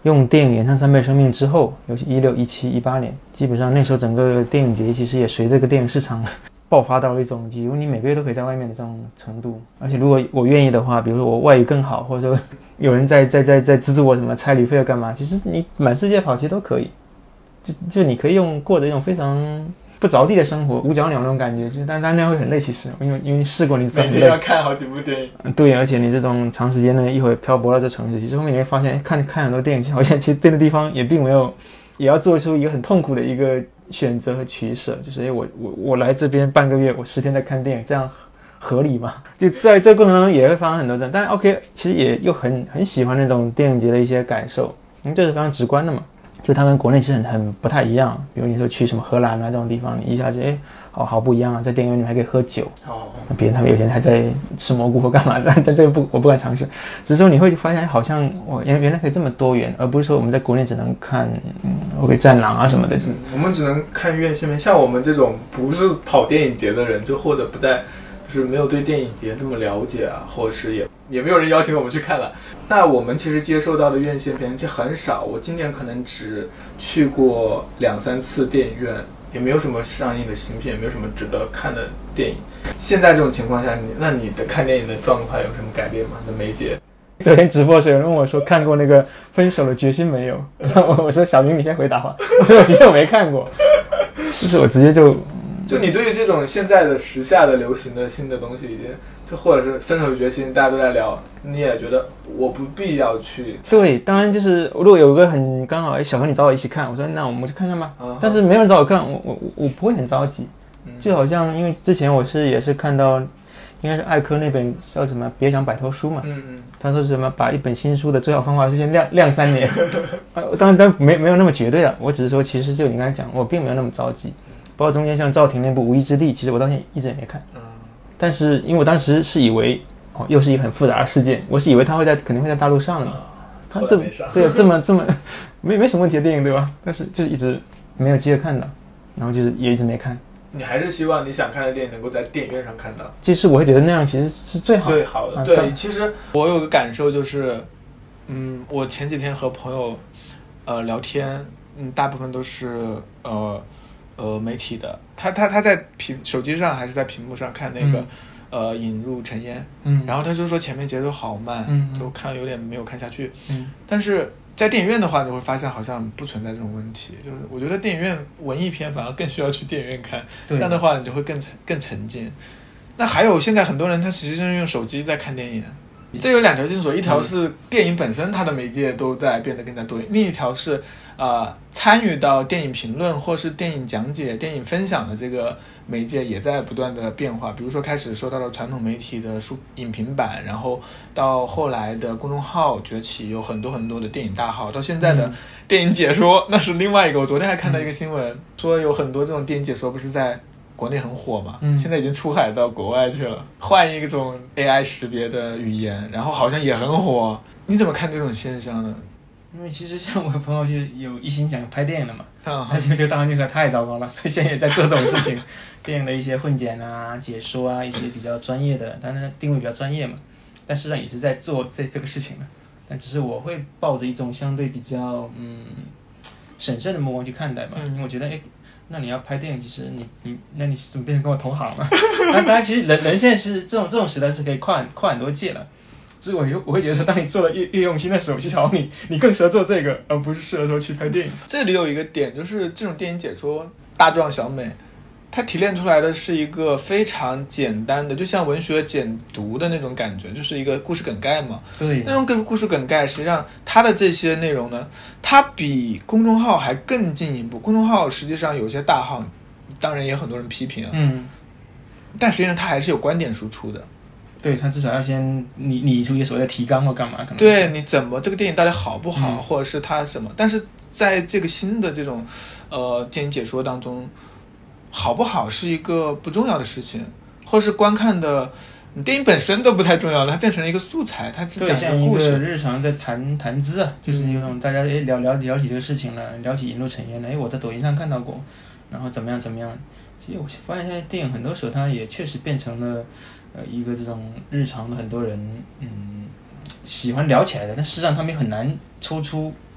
用电影演唱3倍生命之后，尤其16、17、18年，基本上那时候整个电影节其实也随这个电影市场爆发到了一种几乎你每个月都可以在外面的这种程度。而且如果我愿意的话，比如说我外语更好，或者说有人在资助我什么差旅费要干嘛，其实你满世界跑其实都可以，就你可以过着一种非常不着地的生活，五脚鸟那种感觉，但那样会很累，其实因为试过你每天要看好几部电影。 对，而且你这种长时间的一会漂泊到这城市，其实后面你会发现，看很多电影，好像其实对那地方也并没有，也要做出一个很痛苦的一个选择和取舍，就是我来这边半个月，我10天在看电影，这样合理吗？就在这个过程中也会发生很多这样，但 OK， 其实也又很喜欢那种电影节的一些感受，这是非常直观的嘛。就它跟国内其实很不太一样，比如你说去什么荷兰啊这种地方，你一下子好不一样啊，在电影院里面还可以喝酒，别人他们有些人还在吃蘑菇或干嘛的，但这个我不敢尝试。只是说你会发现好像原来可以这么多元，而不是说我们在国内只能看OK 战狼啊什么的， 我们只能看院线片。像我们这种不是跑电影节的人，就或者不在就是没有对电影节这么了解啊，或者是也没有人邀请我们去看了。那我们其实接受到的院线片就很少，我今年可能只去过2-3次电影院，也没有什么上映的新片，也没有什么值得看的电影。现在这种情况下，那你的看电影的状态有什么改变吗？你的媒介？ 昨天直播的时候有人问我说看过那个《分手的决心》没有？我说小明你先回答吧，我其实我没看过，就是我直接就你对于这种现在的时下的流行的新的东西，已经就或者是分手决心，大家都在聊，你也觉得我不必要去。 对，当然就是如果有一个很刚好，小何你找我一起看，我说那我们去看看吧。但是没有人找我看，我不会很着急。就好像因为之前也是看到，应该是艾科那本叫什么《别讲摆头书》嘛。他说什么把一本新书的最好方法是先晾3年。当然没有那么绝对了，我只是说其实就你刚才讲，我并没有那么着急。包括中间像赵婷那部《无依之地》，其实我到现在一直也没看。但是因为我当时是以为又是一个很复杂的事件，我是以为他肯定会在大陆上的嘛。他这么没什么问题的电影对吧？但是就是一直没有机会看到，然后就是也一直没看。 你还是希望你想看的电影能够在电影院上看到。 其实我会觉得那样其实是最好的。对，其实我有个感受就是，我前几天和朋友聊天，大部分都是媒体的，他在手机上还是在屏幕上看那个引入尘烟，然后他就说前面节奏好慢，就看有点没有看下去，但是在电影院的话，你会发现好像不存在这种问题，就是我觉得电影院文艺片反而更需要去电影院看，这样的话你就会更沉浸。那还有现在很多人他实际上用手机在看电影，这有2条线索，一条是电影本身它的媒介都在变得更加多元，另一条是参与到电影评论或是电影讲解、电影分享的这个媒介也在不断的变化。比如说开始说到了传统媒体的影评版，然后到后来的公众号崛起，有很多很多的电影大号，到现在的电影解说，那是另外一个。我昨天还看到一个新闻，说有很多这种电影解说不是在国内很火嘛，现在已经出海到国外去了，换一种 AI 识别的语言，然后好像也很火。你怎么看这种现象呢？ 因为其实像我的朋友就有一心想拍电影的嘛，他就这个当然就是太糟糕了，所以现在也在做这种事情，电影的一些混剪啊、解说啊，一些比较专业的，当然定位比较专业嘛，但事实上也是在做这个事情了，但只是我会抱着一种相对比较审慎的目光去看待吧，因为我觉得那你要拍电影，其实那你怎么变成跟我同行了？当然，其实人现在是这种时代是可以跨很多界了。所以我会觉得说，当你做的越用心的时候，其实你更适合做这个，而不是适合说去拍电影。 这里有一个点，就是这种电影解说大壮小美，它提炼出来的是一个非常简单的，就像文学简读的那种感觉，就是一个故事梗概嘛。 对， 那种故事梗概，实际上它的这些内容呢，它比公众号还更进一步。公众号实际上有些大号，当然也有很多人批评，但实际上它还是有观点输出的。 对，他至少要先拟出一些所谓的提纲或干嘛，可能对你怎么这个电影到底好不好，或者是它什么。但是在这个新的这种电影解说当中，好不好是一个不重要的事情，或者是观看的电影本身都不太重要了，它变成了一个素材，它是讲一个故事。 像一个日常在谈资啊，就是那种大家聊起这个事情了，聊起引入尘烟了，我在抖音上看到过，然后怎么样。其实我发现现在电影很多时候它也确实变成了一个这种日常的很多人喜欢聊起来的，但事实上他们也很难抽出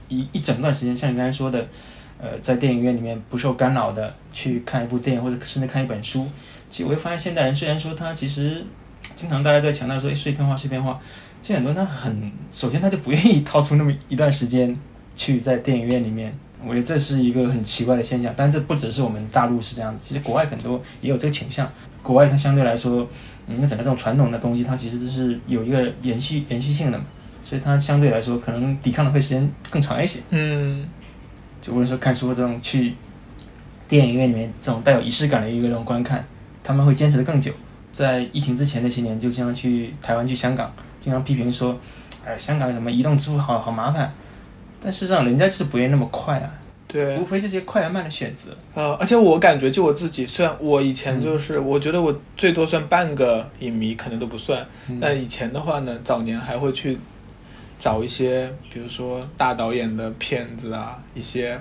一整段时间，像你刚才说的，在电影院里面不受干扰的去看一部电影，或者甚至看一本书。其实我会发现，现代人虽然说他其实经常大家在强调说，碎片化，其实很多人首先他就不愿意掏出那么一段时间去在电影院里面。我觉得这是一个很奇怪的现象，但这不只是我们大陆是这样子，其实国外很多也有这个倾向。国外它相对来说，那整个这种传统的东西，它其实都是有一个延续性的嘛，所以它相对来说可能抵抗的会时间更长一些。就无论说看书这种去电影院里面这种带有仪式感的一个这种观看，他们会坚持的更久。在疫情之前那些年，就经常去台湾、去香港，经常批评说，香港什么移动支付好麻烦。但事实上，人家就是不愿意那么快啊。 对， 无非这些快和慢的选择。 而且我感觉，就我自己，虽然我以前就是，我觉得我最多算半个影迷，可能都不算。但以前的话呢，早年还会去找一些，比如说大导演的片子啊，一些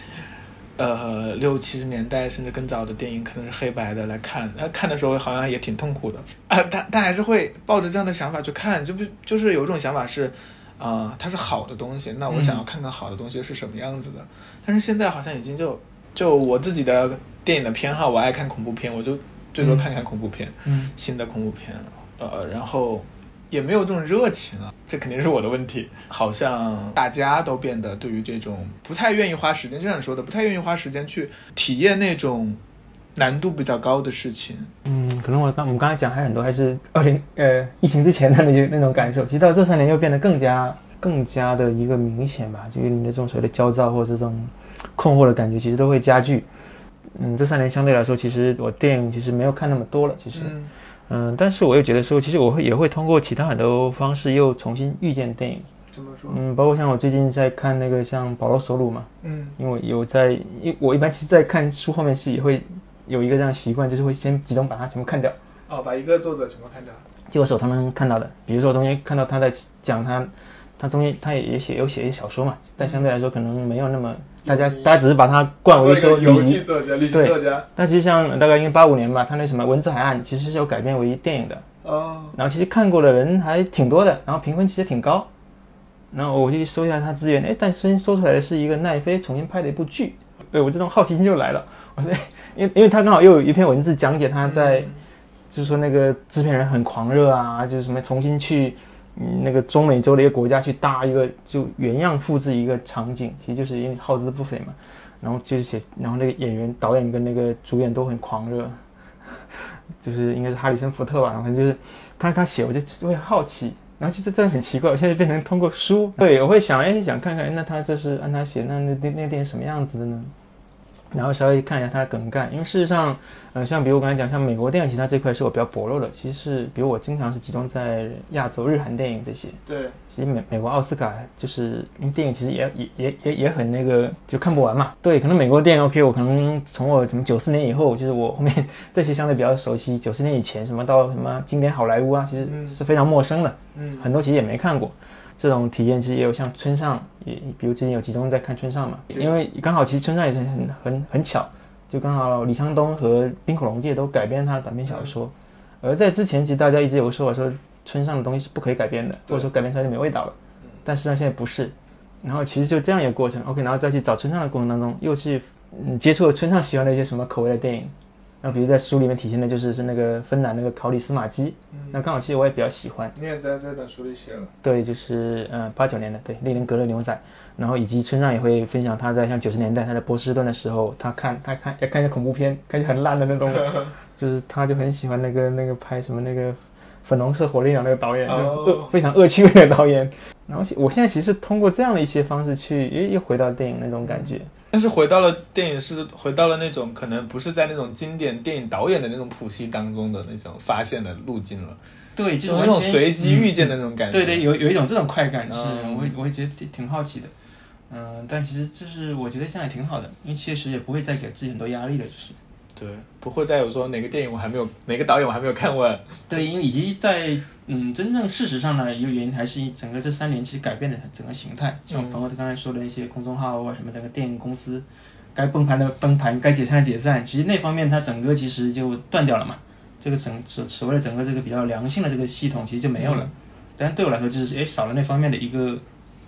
60、70年代甚至更早的电影，可能是黑白的来看。看的时候好像也挺痛苦的但还是会抱着这样的想法去看，就是有一种想法是。它是好的东西，那我想要看看好的东西是什么样子的。但是现在好像已经就我自己的电影的偏好，我爱看恐怖片，我就最多看看恐怖片，新的恐怖片，然后也没有这种热情了，这肯定是我的问题。好像大家都变得对于这种不太愿意花时间，就像你说的，不太愿意花时间去体验那种难度比较高的事情。 可能我们刚才讲还很多还是疫情之前的那种感受，其实到这3年又变得更加的一个明显吧，就是你的这种所谓的焦躁或者这种困惑的感觉，其实都会加剧。这3年相对来说，其实我电影其实没有看那么多了，其实，但是我又觉得说，其实我也会通过其他很多方式又重新遇见电影。 怎么说？ 包括像我最近在看那个像保罗·索鲁嘛，因为我一般其实在看书后面是也会有一个这样习惯，就是会先集中把它全部看掉。 把一个作者全部看掉。 就我手上能看到的，比如说我中间看到他在讲他中间他也有写一些小说嘛，但相对来说可能没有那么大家只是把它冠为说游记作家、旅行作家。 但其实像大概因为85年吧，他那什么《文字海岸》其实是有改编为电影的。然后其实看过的人还挺多的，然后评分其实挺高。然后我就去搜一下他资源，但先搜出来的是一个奈飞重新拍的一部剧。对，我这种好奇心就来了，我说因为他刚好又有一篇文字讲解他在。就是说那个制片人很狂热啊，就是什么重新去那个中美洲的一个国家去搭一个就原样复制一个场景，其实就是因为耗资不菲嘛。然后就是然后那个演员、导演跟那个主演都很狂热，就是应该是哈里森福特吧，然后就是他写我就会好奇，然后就真的很奇怪，我现在变成通过书，对我会想看看，那他这是按他写那电影什么样子的呢？然后稍微看一下它的梗概，因为事实上，像比如我刚才讲，像美国电影，其实它这块是我比较薄弱的。其实是，比如我经常是集中在亚洲、日韩电影这些。 对。 其实美国奥斯卡就是因为电影其实也很那个，就看不完嘛。对，可能美国电影 OK， 我可能从我什么94年以后，就是我后面这些相对比较熟悉，90年以前什么到什么经典好莱坞啊，其实是非常陌生的。很多其实也没看过。这种体验其实也有像村上，也比如之前有集中在看村上嘛，因为刚好其实村上也是很巧，就刚好李沧东和滨口龙介都改编他的短篇小说，而在之前其实大家一直有个说法说村上的东西是不可以改编的，或者说改编出来就没味道了，但实际上现在不是，然后其实就这样一个过程 ，OK， 然后再去找村上的过程当中，又去接触了村上喜欢的一些什么口味的电影。然后比如在书里面体现的就是那个芬兰那个考里斯马基，那刚好其实我也比较喜欢。 你也在这本书里写了。 对，就是89年的，对，列宁格勒牛仔，然后以及村上也会分享他在像90年代他在波士顿的时候，他看一些恐怖片，看起来很烂的那种，就是他就很喜欢那个拍什么那个粉红色火烈鸟那个导演，就非常恶趣味的导演。然后我现在其实通过这样的一些方式去又回到电影那种感觉。 但是回到了电影，是回到了那种可能不是在那种经典电影导演的那种谱系当中的那种发现的路径了。 对， 就是那种随机遇见的那种感觉。 对，有一种这种快感，是我会觉得挺好奇的。但其实就是我觉得这样也挺好的，因为确实也不会再给自己很多压力了，就是。 对，不会再有说哪个电影我还没有，哪个导演我还没有看完。 对，因为以及在真正事实上呢，一个原因还是整个这3年其实改变了整个形态，像我朋友刚才说的一些公众号啊什么，整个电影公司该崩盘的崩盘，该解散的解散，其实那方面它整个其实就断掉了嘛。这个所谓的整个这个比较良性的这个系统其实就没有了。但是对我来说就是少了那方面的一个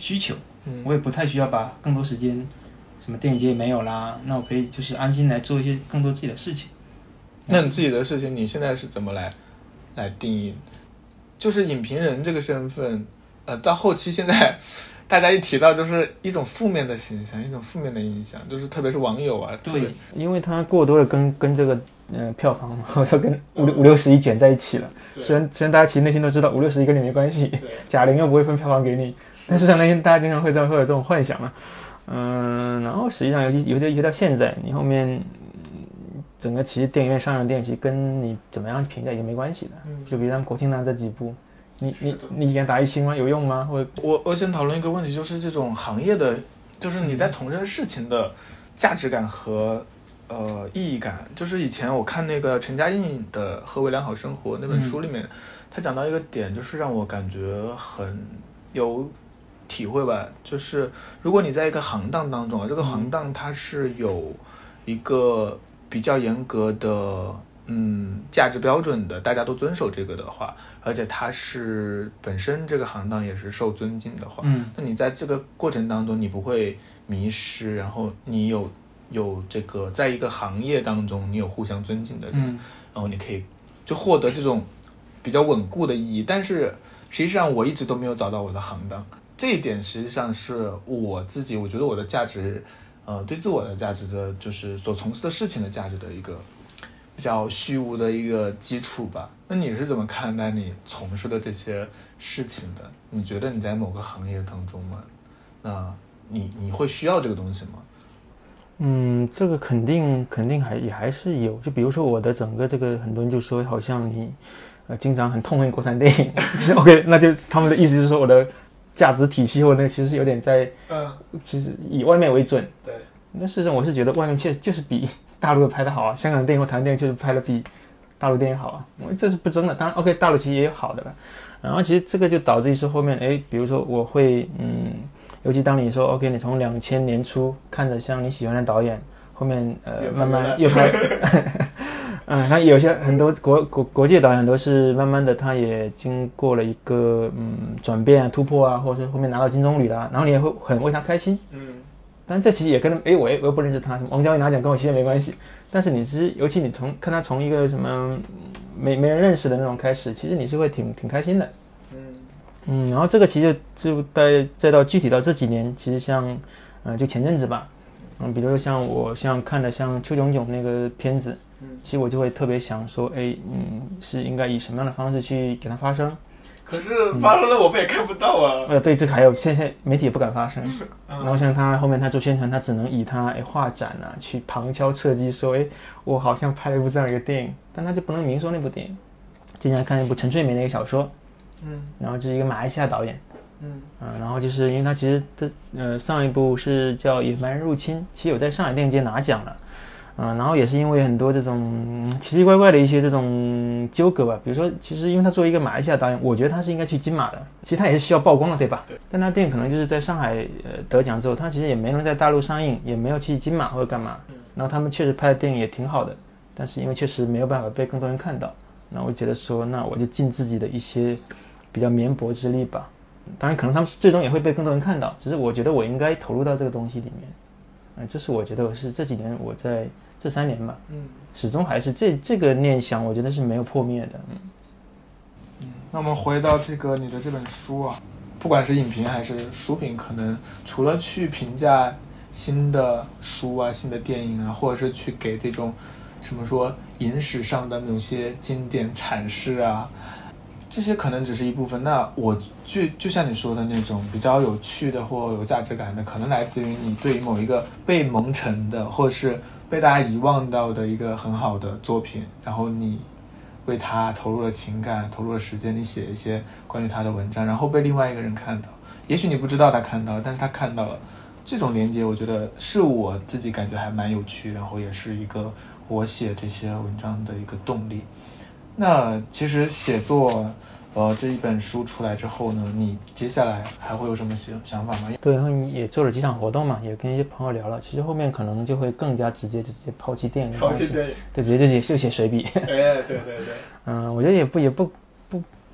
需求，我也不太需要把更多时间，什么电影节也没有啦，那我可以就是安心来做一些更多自己的事情。 那你自己的事情，你现在是怎么来定义？就是影评人这个身份，到后期现在大家一提到就是一种负面的形象，一种负面的印象，就是特别是网友啊， 对，因为他过多的跟这个票房或者说跟五六十亿卷在一起了。虽然大家其实内心都知道五六十亿跟你没关系，贾玲又不会分票房给你，但是内心大家经常会有这种幻想嘛。然后实际上尤其到现在，你后面整个其实电影院上映的电影其实跟你怎么样评价也没关系的。就比如像国庆档这几部，你敢打1星吗？有用吗？ 我先讨论一个问题，就是这种行业的，就是你在从事事情的价值感和意义感。就是以前我看那个陈嘉映的《何为良好生活》那本书里面，他讲到一个点，就是让我感觉很有体会吧。就是如果你在一个行当当中，这个行当它是有一个比较严格的价值标准的，大家都遵守这个的话，而且它是本身这个行当也是受尊敬的话，那你在这个过程当中你不会迷失，然后你有这个在一个行业当中你有互相尊敬的人，然后你可以就获得这种比较稳固的意义。但是实际上我一直都没有找到我的行当，这一点实际上是我觉得我的价值对自我的价值的，就是所从事的事情的价值的一个比较虚无的一个基础吧。那你是怎么看待你从事的这些事情的？你觉得你在某个行业当中吗？那你会需要这个东西吗？ 这个肯定还是有。就比如说我的整个这个，很多人就说好像你经常很痛恨国产电影OK， 那就他们的意思就是说我的价值体系或者其实有点在其实以外面为准。 对， 那事实上我是觉得外面确实就是比大陆的拍的好啊，香港电影或台湾电影就是拍的比大陆电影好啊，这是不争的。当然 OK， 大陆其实也有好的了。然后其实这个就导致于说后面比如说我会尤其当你说 OK， 你从2000年初看着像你喜欢的导演，后面慢慢越拍他有些很多国际的导演很多是慢慢的他也经过了一个转变啊突破啊，或者是后面拿到金棕榈啦，然后你也会很为他开心。但这其实也跟我又不认识他，什么王家卫拿奖跟我其实没关系。但是你其实尤其你看他从一个什么没人认识的那种开始，其实你是会挺开心的。然后这个其实就再到具体到这几年，其实像就前阵子吧，比如像我看的像邱炯炯那个片子，其实我就会特别想说是应该以什么样的方式去给它发声。 可是发生了我们也看不到啊。 对，这个还有现在媒体也不敢发声。然后像他后面他做宣传，他只能以他画展啊去旁敲侧击说我好像拍了一部这样一个电影，但他就不能明说那部电影。经常看一部陈翠梅的一个小说，然后就是一个马来西亚导演，然后就是因为他其实上一部是叫《野蛮人入侵》，其实有在上海电影节拿奖了。然后也是因为很多这种奇奇怪怪的一些这种纠葛吧，比如说其实因为他作为一个马来西亚导演，我觉得他是应该去金马的，其实他也是需要曝光的，对吧？对。但他电影可能就是在上海得奖之后，他其实也没能在大陆上映，也没有去金马或者干嘛。然后他们确实拍的电影也挺好的，但是因为确实没有办法被更多人看到，那我觉得说那我就尽自己的一些比较绵薄之力吧。当然可能他们最终也会被更多人看到，只是我觉得我应该投入到这个东西里面。这是我觉得我是这几年我在这3年吧，始终还是这个念想，我觉得是没有破灭的。 那我们回到你的这本书啊，不管是影评还是书评，可能除了去评价新的书啊、新的电影啊，或者是去给这种什么说影史上的某些经典阐释啊，这些可能只是一部分。那我就像你说的那种比较有趣的或有价值感的，可能来自于你对于某一个被蒙尘的或是被大家遗忘到的一个很好的作品，然后你为他投入了情感，投入了时间，你写一些关于他的文章，然后被另外一个人看到，也许你不知道他看到了，但是他看到了，这种连接我觉得是我自己感觉还蛮有趣，然后也是一个我写这些文章的一个动力。那其实写作这一本书出来之后呢，你接下来还会有什么想法吗？ 对，然后也做了几场活动嘛，也跟一些朋友聊了，其实后面可能就会更加直接抛弃电影， 抛弃电影， 对，直接就写随笔。 对。 我觉得也不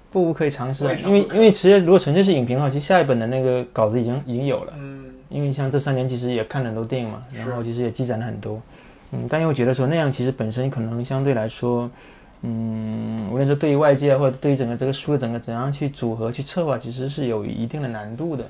不可以尝试啊，因为其实如果纯粹是影评的话，其实下一本的那个稿子已经有了，因为像这3年其实也看了很多电影嘛，然后其实也积攒了很多，但又觉得说那样其实本身可能相对来说，无论是对于外界或者对于整个这个书的整个怎样去组合去策划，其实是有一定的难度的，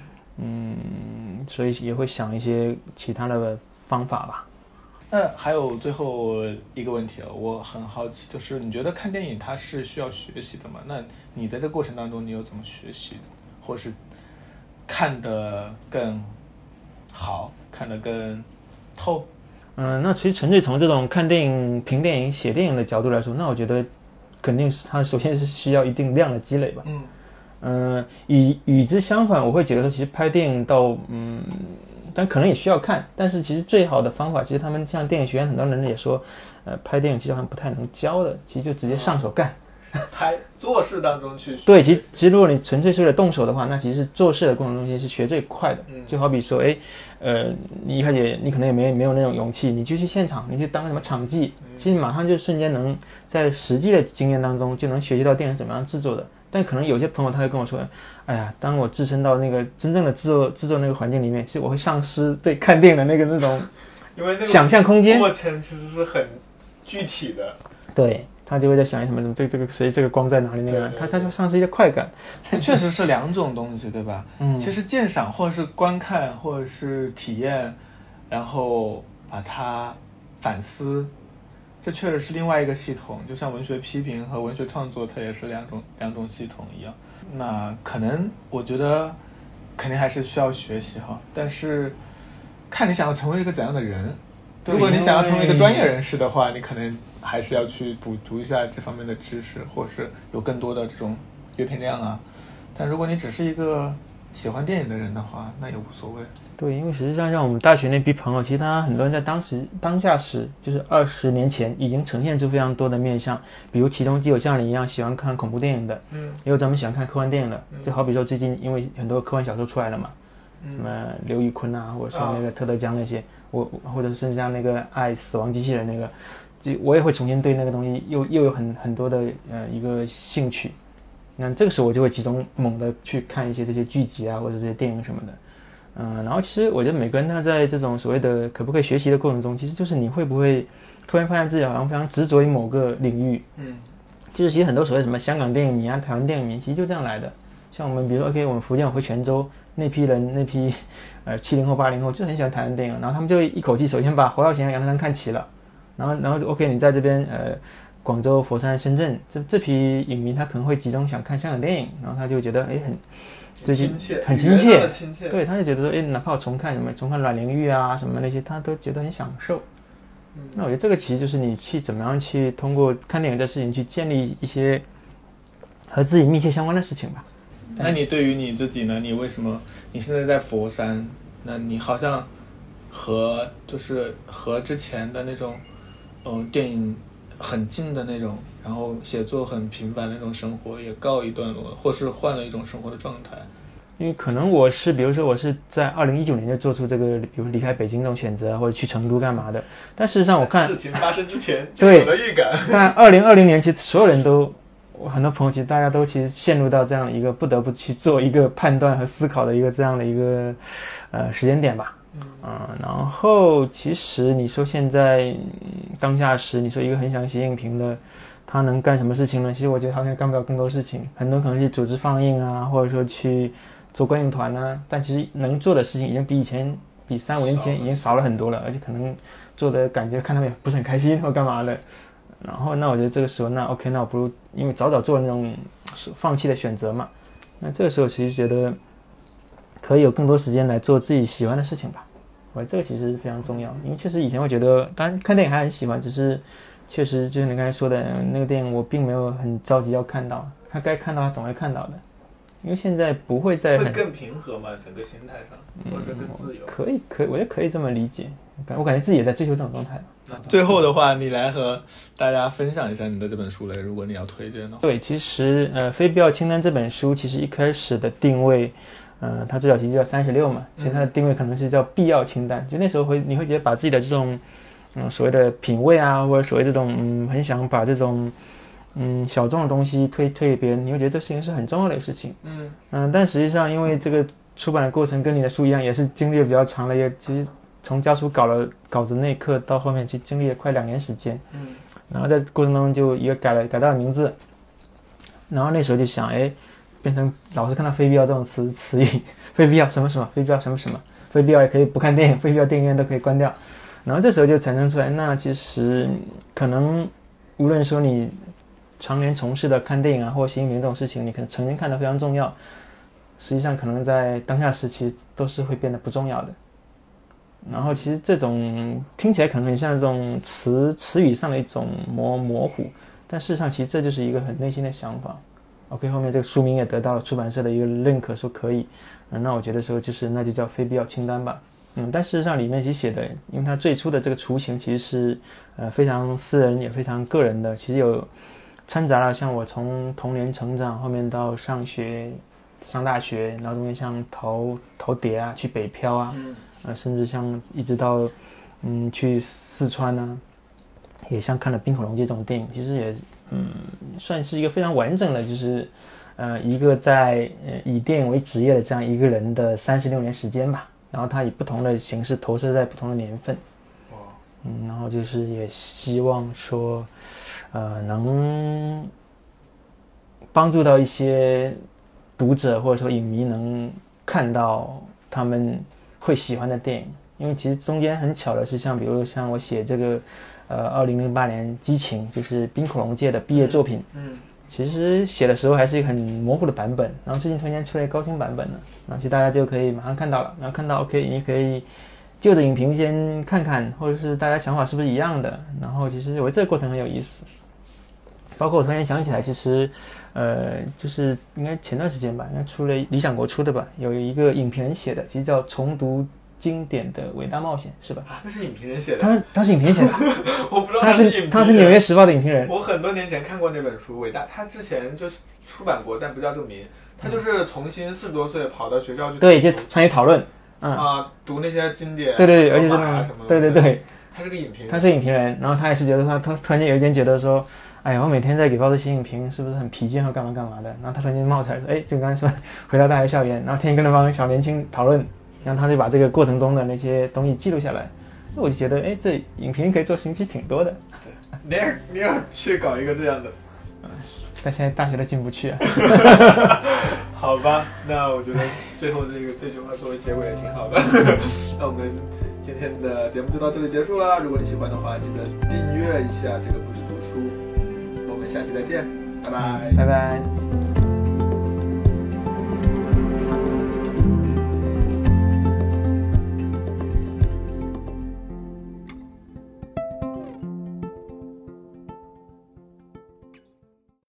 所以也会想一些其他的方法吧。 那还有最后一个问题我很好奇，就是你觉得看电影它是需要学习的吗？那你在这过程当中你有怎么学习，或是看得更好，看得更透？ 那其实纯粹从这种看电影、评电影、写电影的角度来说，那我觉得肯定是它首先是需要一定量的积累吧。与之相反，我会觉得说，其实拍电影但可能也需要看，但是其实最好的方法，其实他们像电影学院很多人也说，拍电影其实好像不太能教的，其实就直接上手干。 拍做事当中去学。 对，其实如果你纯粹是为了动手的话，那其实是做事的过程中间是学最快的。就好比说，你一开始你可能也没有那种勇气，你就去现场，你去当什么场记，其实马上就瞬间能在实际的经验当中就能学习到电影怎么样制作的。但可能有些朋友他会跟我说，哎呀，当我置身到那个真正的制作那个环境里面，其实我会丧失对看电影的那种因为那个想象空间， 过程其实是很具体的。 对，他就会在想什么这个谁这个光在哪里那个，他就丧失一些快感。 确实是两种东西，对吧？其实鉴赏或者是观看或者是体验，然后把它反思，这确实是另外一个系统。就像文学批评和文学创作，它也是两种系统一样。那可能我觉得肯定还是需要学习哈，但是看你想要成为一个怎样的人。如果你想要成为一个专业人士的话，你可能还是要去补足一下这方面的知识，或是有更多的这种阅片量啊。但如果你只是一个喜欢电影的人的话，那也无所谓。 对，因为实际上像我们大学那批朋友，其实他很多人在当下时，就是20年前已经呈现出非常多的面向，比如其中既有像你一样喜欢看恐怖电影的，也有咱们喜欢看科幻电影的，就好比说最近因为很多科幻小说出来了嘛，什么刘宇昆啊，或者说那个特德·江那些，或者甚至像那个爱死亡机器人那个，就我也会重新对那个东西又有很多的一个兴趣。那这个时候我就会集中猛的去看一些这些剧集啊，或者这些电影什么的。然后其实我觉得每个人他在这种所谓的可不可以学习的过程中，其实就是你会不会突然发现自己好像非常执着于某个领域。就是其实很多所谓什么香港电影迷啊、台湾电影迷，其实就这样来的。像我们比如说 OK， 我们福建回泉州那批人，那批70后80后就很喜欢台湾电影，然后他们就一口气首先把侯耀贤和杨德昌看齐了，然后 OK 你在这边广州、佛山、深圳这批影迷他可能会集中想看香港电影，然后他就觉得很亲切，对，他就觉得说哪怕我重看阮玲玉啊什么那些，他都觉得很享受。那我觉得这个其实就是你去怎么样去通过看电影这事情去建立一些和自己密切相关的事情吧。 那你对于你自己呢？你为什么你现在在佛山？那你好像和之前的那种电影很近的那种，然后写作很平凡的那种生活也告一段落，或是换了一种生活的状态。 因为可能比如说我是在2019年就做出这个，比如离开北京这种选择，或者去成都干嘛的。但事实上我看事情发生之前就有了预感。 但2020年其实所有人都，很多朋友其实大家都其实陷入到这样一个不得不去做一个判断和思考的一个这样的一个时间点吧。然后其实你说现在当下时，你说一个很想写影评的，他能干什么事情呢？其实我觉得他好像干不了更多事情，很多可能去组织放映啊，或者说去做观影团啊，但其实能做的事情已经比3-5年前已经少了很多了，而且可能做的感觉看他们也不是很开心或干嘛的。然后那我觉得这个时候那 OK， 那我不如因为早做了那种放弃的选择嘛，那这个时候其实觉得可以有更多时间来做自己喜欢的事情吧。我觉得这个其实非常重要，因为确实以前会觉得当然看电影还很喜欢，只是确实就是你刚才说的那个电影我并没有很着急要看到，他该看到他总会看到的。因为现在不会再会更平和嘛，整个心态上，或者更自由。 可以，我觉得可以这么理解。我感觉自己也在追求这种状态。 最后的话，你来和大家分享一下你的这本书嘞，如果你要推荐的话。 对，其实非必要清单这本书其实一开始的定位，它最早其实叫36嘛，其实它的定位可能是叫必要清单。就那时候你会觉得把自己的这种所谓的品味啊，或者所谓这种很想把这种小众的东西推给别人，你会觉得这事情是很重要的事情。但实际上因为这个出版的过程跟你的书一样，也是经历了比较长的一个，其实从交出稿子那一刻到后面，其实经历了快2年时间。然后在过程当中就一个改到了名字，然后那时候就想，变成老是看到非必要这种词语，非必要什么什么，非必要什么什么，非必要也可以不看电影，非必要电影院都可以关掉。然后这时候就产生出来，那其实可能无论说你常年从事的看电影啊或写影评这种事情，你可能曾经看得非常重要，实际上可能在当下时期都是会变得不重要的。然后其实这种听起来可能很像这种词语上的一种模糊，但事实上其实这就是一个很内心的想法。OK， 后面这个书名也得到了出版社的一个认可，说可以。那我觉得说那就叫非必要清单吧。但事实上里面其实写的，因为它最初的这个雏形其实是非常私人也非常个人的，其实有掺杂了像我从童年成长，后面到上大学，然后中间像投碟啊，去北漂啊，甚至像一直到去四川啊，也像看了《冰火龙界》这种电影，其实也算是一个非常完整的，就是一个在以电影为职业的这样一个人的36年时间吧。然后他以不同的形式投射在不同的年份，然后就是也希望说，能帮助到一些读者或者说影迷能看到他们会喜欢的电影。因为其实中间很巧的是，比如像我写这个2008年激情，就是冰恐龙界的毕业作品，其实写的时候还是一个很模糊的版本，然后最近突然间出来高清版本了，然后其实大家就可以马上看到了，然后看到 OK， 你可以就着影评先看看，或者是大家想法是不是一样的，然后其实我觉得这个过程很有意思。包括我突然想起来，其实就是应该前段时间吧，应该出了理想国出的吧，有一个影评人写的，其实叫重读经典的伟大冒险，是吧？ 那是影评人写的。 他是影评人写的。 我不知道他是纽约时报的影评人。 我很多年前看过那本书，伟大。他之前就是出版过，但不叫这个名。他就是重新40多岁跑到学校去， 对，就参与讨论， 读那些经典， 对，而且是那种， 对。 他是个影评人， 他是影评人，然后他也是觉得他突然间有一天觉得说，哎呀，我每天在给报纸写影评，是不是很疲倦和干嘛的？然后他突然间冒出来说，就刚才说回到大学校园，然后天天跟那帮小年轻讨论。然后他就把这个过程中的那些东西记录下来，我就觉得，这影评可以做星期挺多的。 对，你要去搞一个这样的， 但现在大学都进不去啊。 好吧，那我觉得最后这句话作为结尾也挺好的。那我们今天的节目就到这里结束了。如果你喜欢的话，记得订阅一下这个不止读书。我们下期再见，拜拜， 拜拜。